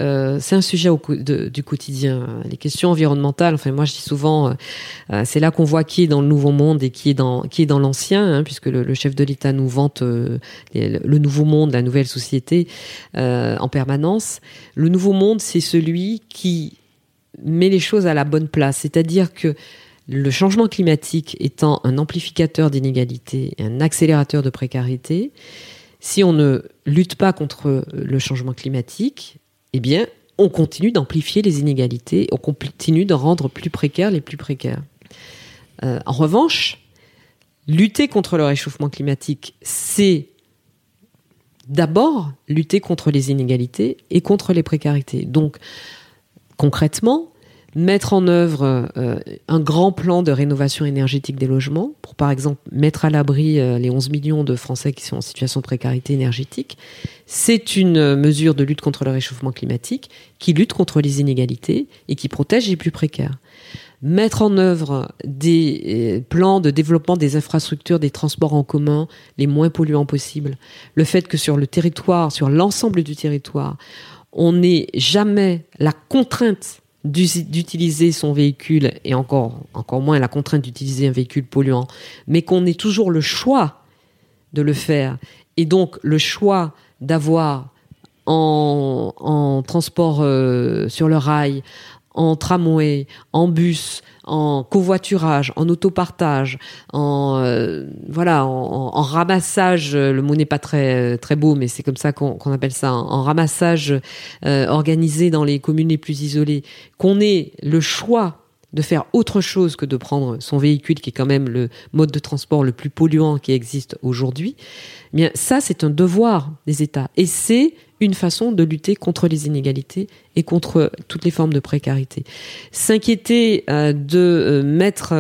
C: du quotidien. Les questions environnementales, moi je dis souvent, c'est là qu'on voit qui est dans le nouveau monde et qui est dans l'ancien, puisque le chef de l'État nous vante le nouveau monde, la nouvelle société en permanence. Le nouveau monde, c'est celui qui met les choses à la bonne place, c'est-à-dire que le changement climatique étant un amplificateur d'inégalités et un accélérateur de précarité, si on ne lutte pas contre le changement climatique, eh bien, on continue d'amplifier les inégalités, on continue de rendre plus précaires les plus précaires. En revanche, lutter contre le réchauffement climatique, c'est d'abord lutter contre les inégalités et contre les précarités. Donc, concrètement, mettre en œuvre un grand plan de rénovation énergétique des logements pour, par exemple, mettre à l'abri les 11 millions de Français qui sont en situation de précarité énergétique. C'est une mesure de lutte contre le réchauffement climatique qui lutte contre les inégalités et qui protège les plus précaires. Mettre en œuvre des plans de développement des infrastructures, des transports en commun les moins polluants possibles. Le fait que sur le territoire, sur l'ensemble du territoire, on n'ait jamais la contrainte d'utiliser son véhicule, et encore moins la contrainte d'utiliser un véhicule polluant, mais qu'on ait toujours le choix de le faire, et donc le choix d'avoir en transport sur le rail, en tramway, en bus, en covoiturage, en autopartage, en ramassage, le mot n'est pas très très beau, mais c'est comme ça qu'on appelle ça, en ramassage organisé dans les communes les plus isolées, qu'on ait le choix de faire autre chose que de prendre son véhicule, qui est quand même le mode de transport le plus polluant qui existe aujourd'hui, eh bien ça, c'est un devoir des États. Et c'est une façon de lutter contre les inégalités et contre toutes les formes de précarité. S'inquiéter de mettre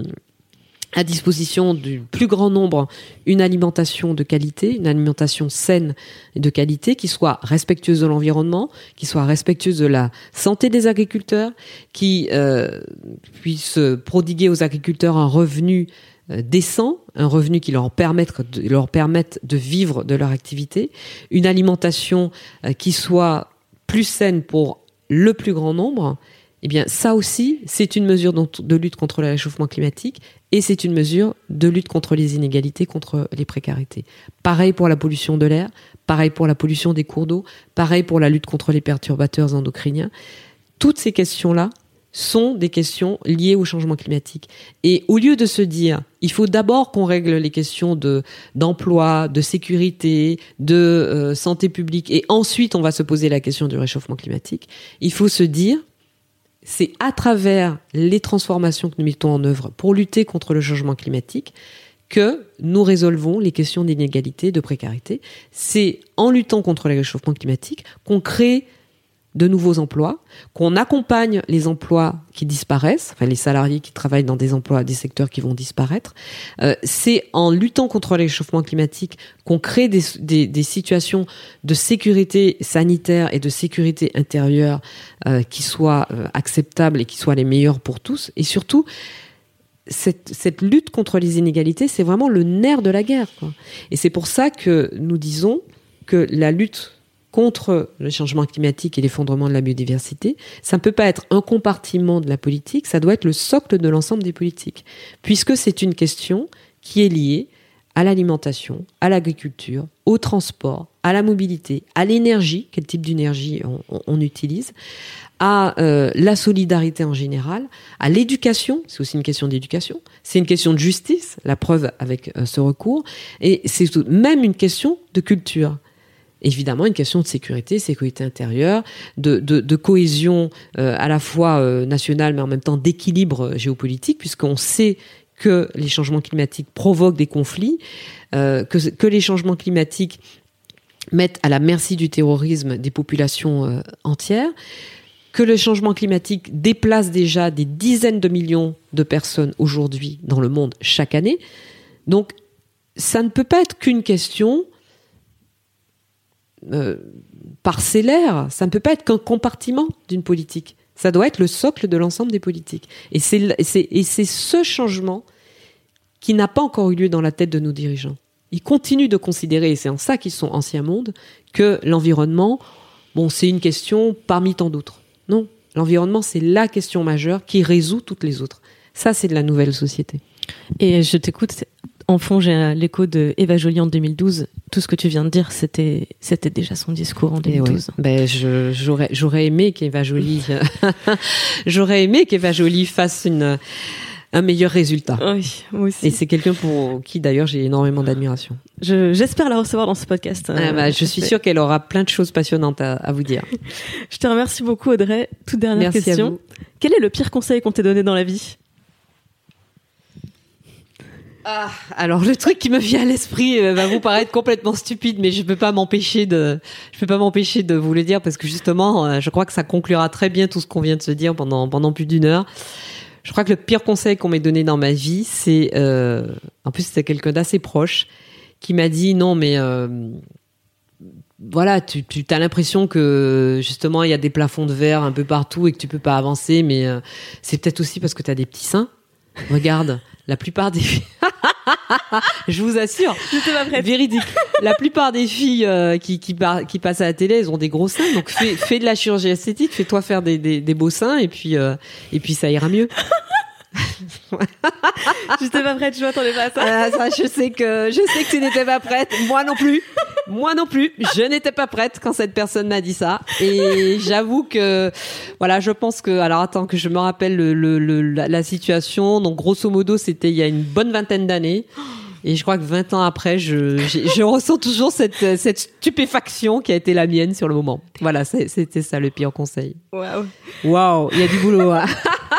C: à disposition du plus grand nombre une alimentation de qualité, une alimentation saine et de qualité, qui soit respectueuse de l'environnement, qui soit respectueuse de la santé des agriculteurs, qui puisse prodiguer aux agriculteurs un revenu décent, un revenu qui leur permette de vivre de leur activité, une alimentation qui soit plus saine pour le plus grand nombre. Eh bien, ça aussi, c'est une mesure de lutte contre le réchauffement climatique et c'est une mesure de lutte contre les inégalités, contre les précarités. Pareil pour la pollution de l'air, pareil pour la pollution des cours d'eau, pareil pour la lutte contre les perturbateurs endocriniens. Toutes ces questions-là sont des questions liées au changement climatique. Et au lieu de se dire, il faut d'abord qu'on règle les questions d'emploi, de sécurité, de santé publique, et ensuite on va se poser la question du réchauffement climatique, il faut se dire, c'est à travers les transformations que nous mettons en œuvre pour lutter contre le changement climatique que nous résolvons les questions d'inégalité, de précarité. C'est en luttant contre le réchauffement climatique qu'on crée de nouveaux emplois, qu'on accompagne les emplois qui disparaissent, enfin les salariés qui travaillent dans des emplois, des secteurs qui vont disparaître. C'est en luttant contre le réchauffement climatique qu'on crée des situations de sécurité sanitaire et de sécurité intérieure qui soient acceptables et qui soient les meilleures pour tous. Et surtout, cette lutte contre les inégalités, c'est vraiment le nerf de la guerre, quoi. Et c'est pour ça que nous disons que la lutte contre le changement climatique et l'effondrement de la biodiversité, ça ne peut pas être un compartiment de la politique, ça doit être le socle de l'ensemble des politiques, puisque c'est une question qui est liée à l'alimentation, à l'agriculture, au transport, à la mobilité, à l'énergie, quel type d'énergie on utilise, à la solidarité en général, à l'éducation, c'est aussi une question d'éducation, c'est une question de justice, la preuve avec ce recours, et c'est même une question de culture. Évidemment, une question de sécurité intérieure, de cohésion à la fois nationale, mais en même temps d'équilibre géopolitique, puisqu'on sait que les changements climatiques provoquent des conflits, que les changements climatiques mettent à la merci du terrorisme des populations entières, que le changement climatique déplace déjà des dizaines de millions de personnes aujourd'hui dans le monde chaque année. Donc, ça ne peut pas être qu'une question parcellaire, ça ne peut pas être qu'un compartiment d'une politique. Ça doit être le socle de l'ensemble des politiques. Et c'est ce changement qui n'a pas encore eu lieu dans la tête de nos dirigeants. Ils continuent de considérer, et c'est en ça qu'ils sont ancien monde, que l'environnement, c'est une question parmi tant d'autres. Non, l'environnement, c'est la question majeure qui résout toutes les autres. Ça, c'est de la nouvelle société.
B: Et je t'écoute. En fond, j'ai l'écho de Eva Joly en 2012. Tout ce que tu viens de dire, c'était déjà son discours en 2012.
C: Ouais. J'aurais aimé qu'Eva Joly, fasse un meilleur résultat.
B: Oui, moi aussi.
C: Et c'est quelqu'un pour qui, d'ailleurs, j'ai énormément d'admiration.
B: J'espère la recevoir dans ce podcast.
C: Je suis sûre qu'elle aura plein de choses passionnantes à vous dire.
B: Je te remercie beaucoup, Audrey. Toute dernière
C: question.
B: Merci à vous. Quel est le pire conseil qu'on t'ait donné dans la vie ?
C: Alors le truc qui me vient à l'esprit va vous paraître complètement stupide, mais je peux pas m'empêcher de vous le dire parce que justement, je crois que ça conclura très bien tout ce qu'on vient de se dire pendant plus d'une heure. Je crois que le pire conseil qu'on m'ait donné dans ma vie, c'est, en plus c'était quelqu'un d'assez proche qui m'a dit non mais voilà, tu as l'impression que justement il y a des plafonds de verre un peu partout et que tu peux pas avancer, mais c'est peut-être aussi parce que tu as des petits seins. Regarde, la plupart des filles, je vous assure, véridique. La plupart des filles qui passent à la télé, elles ont des gros seins. Donc fais de la chirurgie esthétique, fais-toi faire des beaux seins et puis ça ira mieux.
B: J'étais pas prête, je m'attendais pas à ça.
C: Ça, je sais que tu n'étais pas prête, moi non plus. Moi non plus, je n'étais pas prête quand cette personne m'a dit ça. Et j'avoue que, voilà, je pense que, alors attends que je me rappelle la situation. Donc grosso modo, c'était il y a une bonne vingtaine d'années. Et je crois que 20 ans après, je ressens toujours cette stupéfaction qui a été la mienne sur le moment. Voilà, c'était ça le pire conseil. Waouh, il y a du boulot. Hein.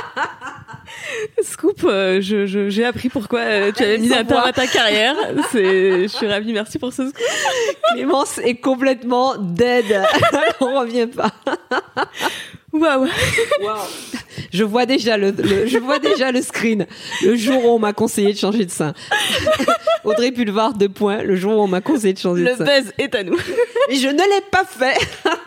B: Scoop, j'ai appris pourquoi tu avais mis un terme à ta carrière. Je suis ravie, merci pour ce scoop.
C: Clémence est complètement dead. On revient pas.
B: Waouh.
C: Je vois déjà le screen. Le jour où on m'a conseillé de changer de sein. Audrey Pulvar, 2 points. Le jour où on m'a conseillé de changer de sein.
B: Le buzz est à nous.
C: Et je ne l'ai pas fait.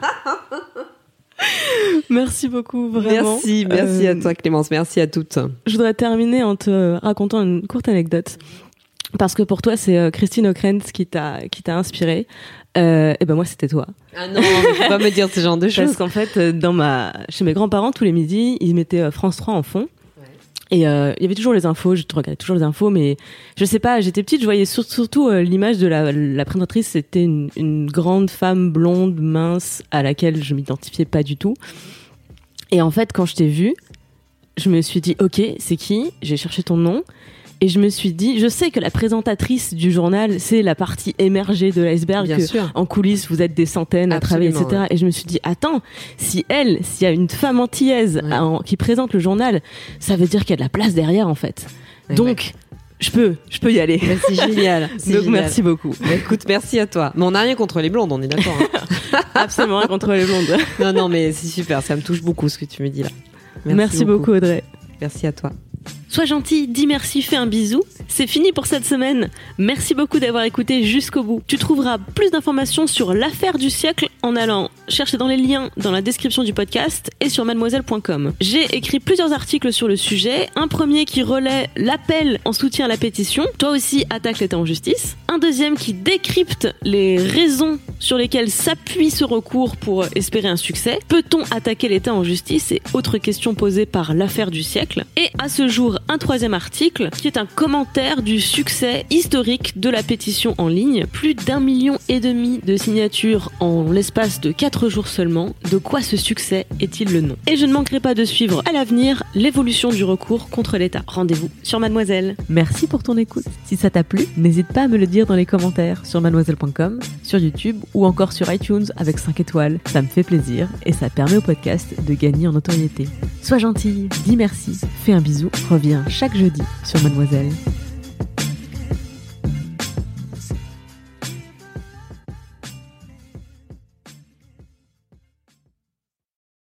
B: Merci beaucoup, vraiment.
C: Merci à toi, Clémence. Merci à toutes.
B: Je voudrais terminer en te racontant une courte anecdote. Parce que pour toi, c'est Christine Ockrent qui t'a inspiré. Et ben moi, c'était toi.
C: Ah non, faut pas me dire ce genre de choses.
B: Parce qu'en fait, chez mes grands-parents, tous les midis, ils mettaient France 3 en fond. Et il y avait toujours les infos, je regardais toujours les infos, mais je sais pas, j'étais petite, je voyais surtout l'image de la présentatrice, c'était une grande femme blonde, mince, à laquelle je m'identifiais pas du tout. Et en fait, quand je t'ai vue, je me suis dit, ok, c'est qui ? J'ai cherché ton nom. Et je me suis dit, je sais que la présentatrice du journal, c'est la partie émergée de l'iceberg.
C: Bien sûr.
B: En coulisses, vous êtes des centaines à travailler, etc. Ouais. Et je me suis dit, attends, s'il y a une femme antillaise qui présente le journal, ça veut dire qu'il y a de la place derrière, en fait. Ouais, donc, je peux y aller.
C: Mais c'est génial.
B: Donc, merci beaucoup.
C: Bah, écoute, merci à toi. Mais on n'a rien contre les blondes, on est d'accord. Hein.
B: Absolument rien contre les blondes.
C: Non, mais c'est super. Ça me touche beaucoup ce que tu me dis là.
B: Merci beaucoup, Audrey.
C: Merci à toi.
B: Sois gentil, dis merci, fais un bisou. C'est fini pour cette semaine. Merci beaucoup d'avoir écouté jusqu'au bout. Tu trouveras plus d'informations sur l'affaire du siècle en allant chercher dans les liens dans la description du podcast et sur mademoiselle.com. J'ai écrit plusieurs articles sur le sujet. Un premier qui relaie l'appel en soutien à la pétition. Toi aussi, attaque l'État en justice. Un deuxième qui décrypte les raisons sur lesquelles s'appuie ce recours pour espérer un succès. Peut-on attaquer l'État en justice et autres questions posées par l'affaire du siècle. Et à ce jour, un troisième article qui est un commentaire du succès historique de la pétition en ligne. Plus d'1,5 million de signatures en l'espace de 4 jours seulement. De quoi ce succès est-il le nom ? Et je ne manquerai pas de suivre à l'avenir l'évolution du recours contre l'État. Rendez-vous sur Mademoiselle.
E: Merci pour ton écoute. Si ça t'a plu, n'hésite pas à me le dire dans les commentaires sur mademoiselle.com, sur YouTube ou encore sur iTunes avec 5 étoiles. Ça me fait plaisir et ça permet au podcast de gagner en notoriété. Sois gentille, dis merci, fais un bisou, reviens chaque jeudi sur Mademoiselle.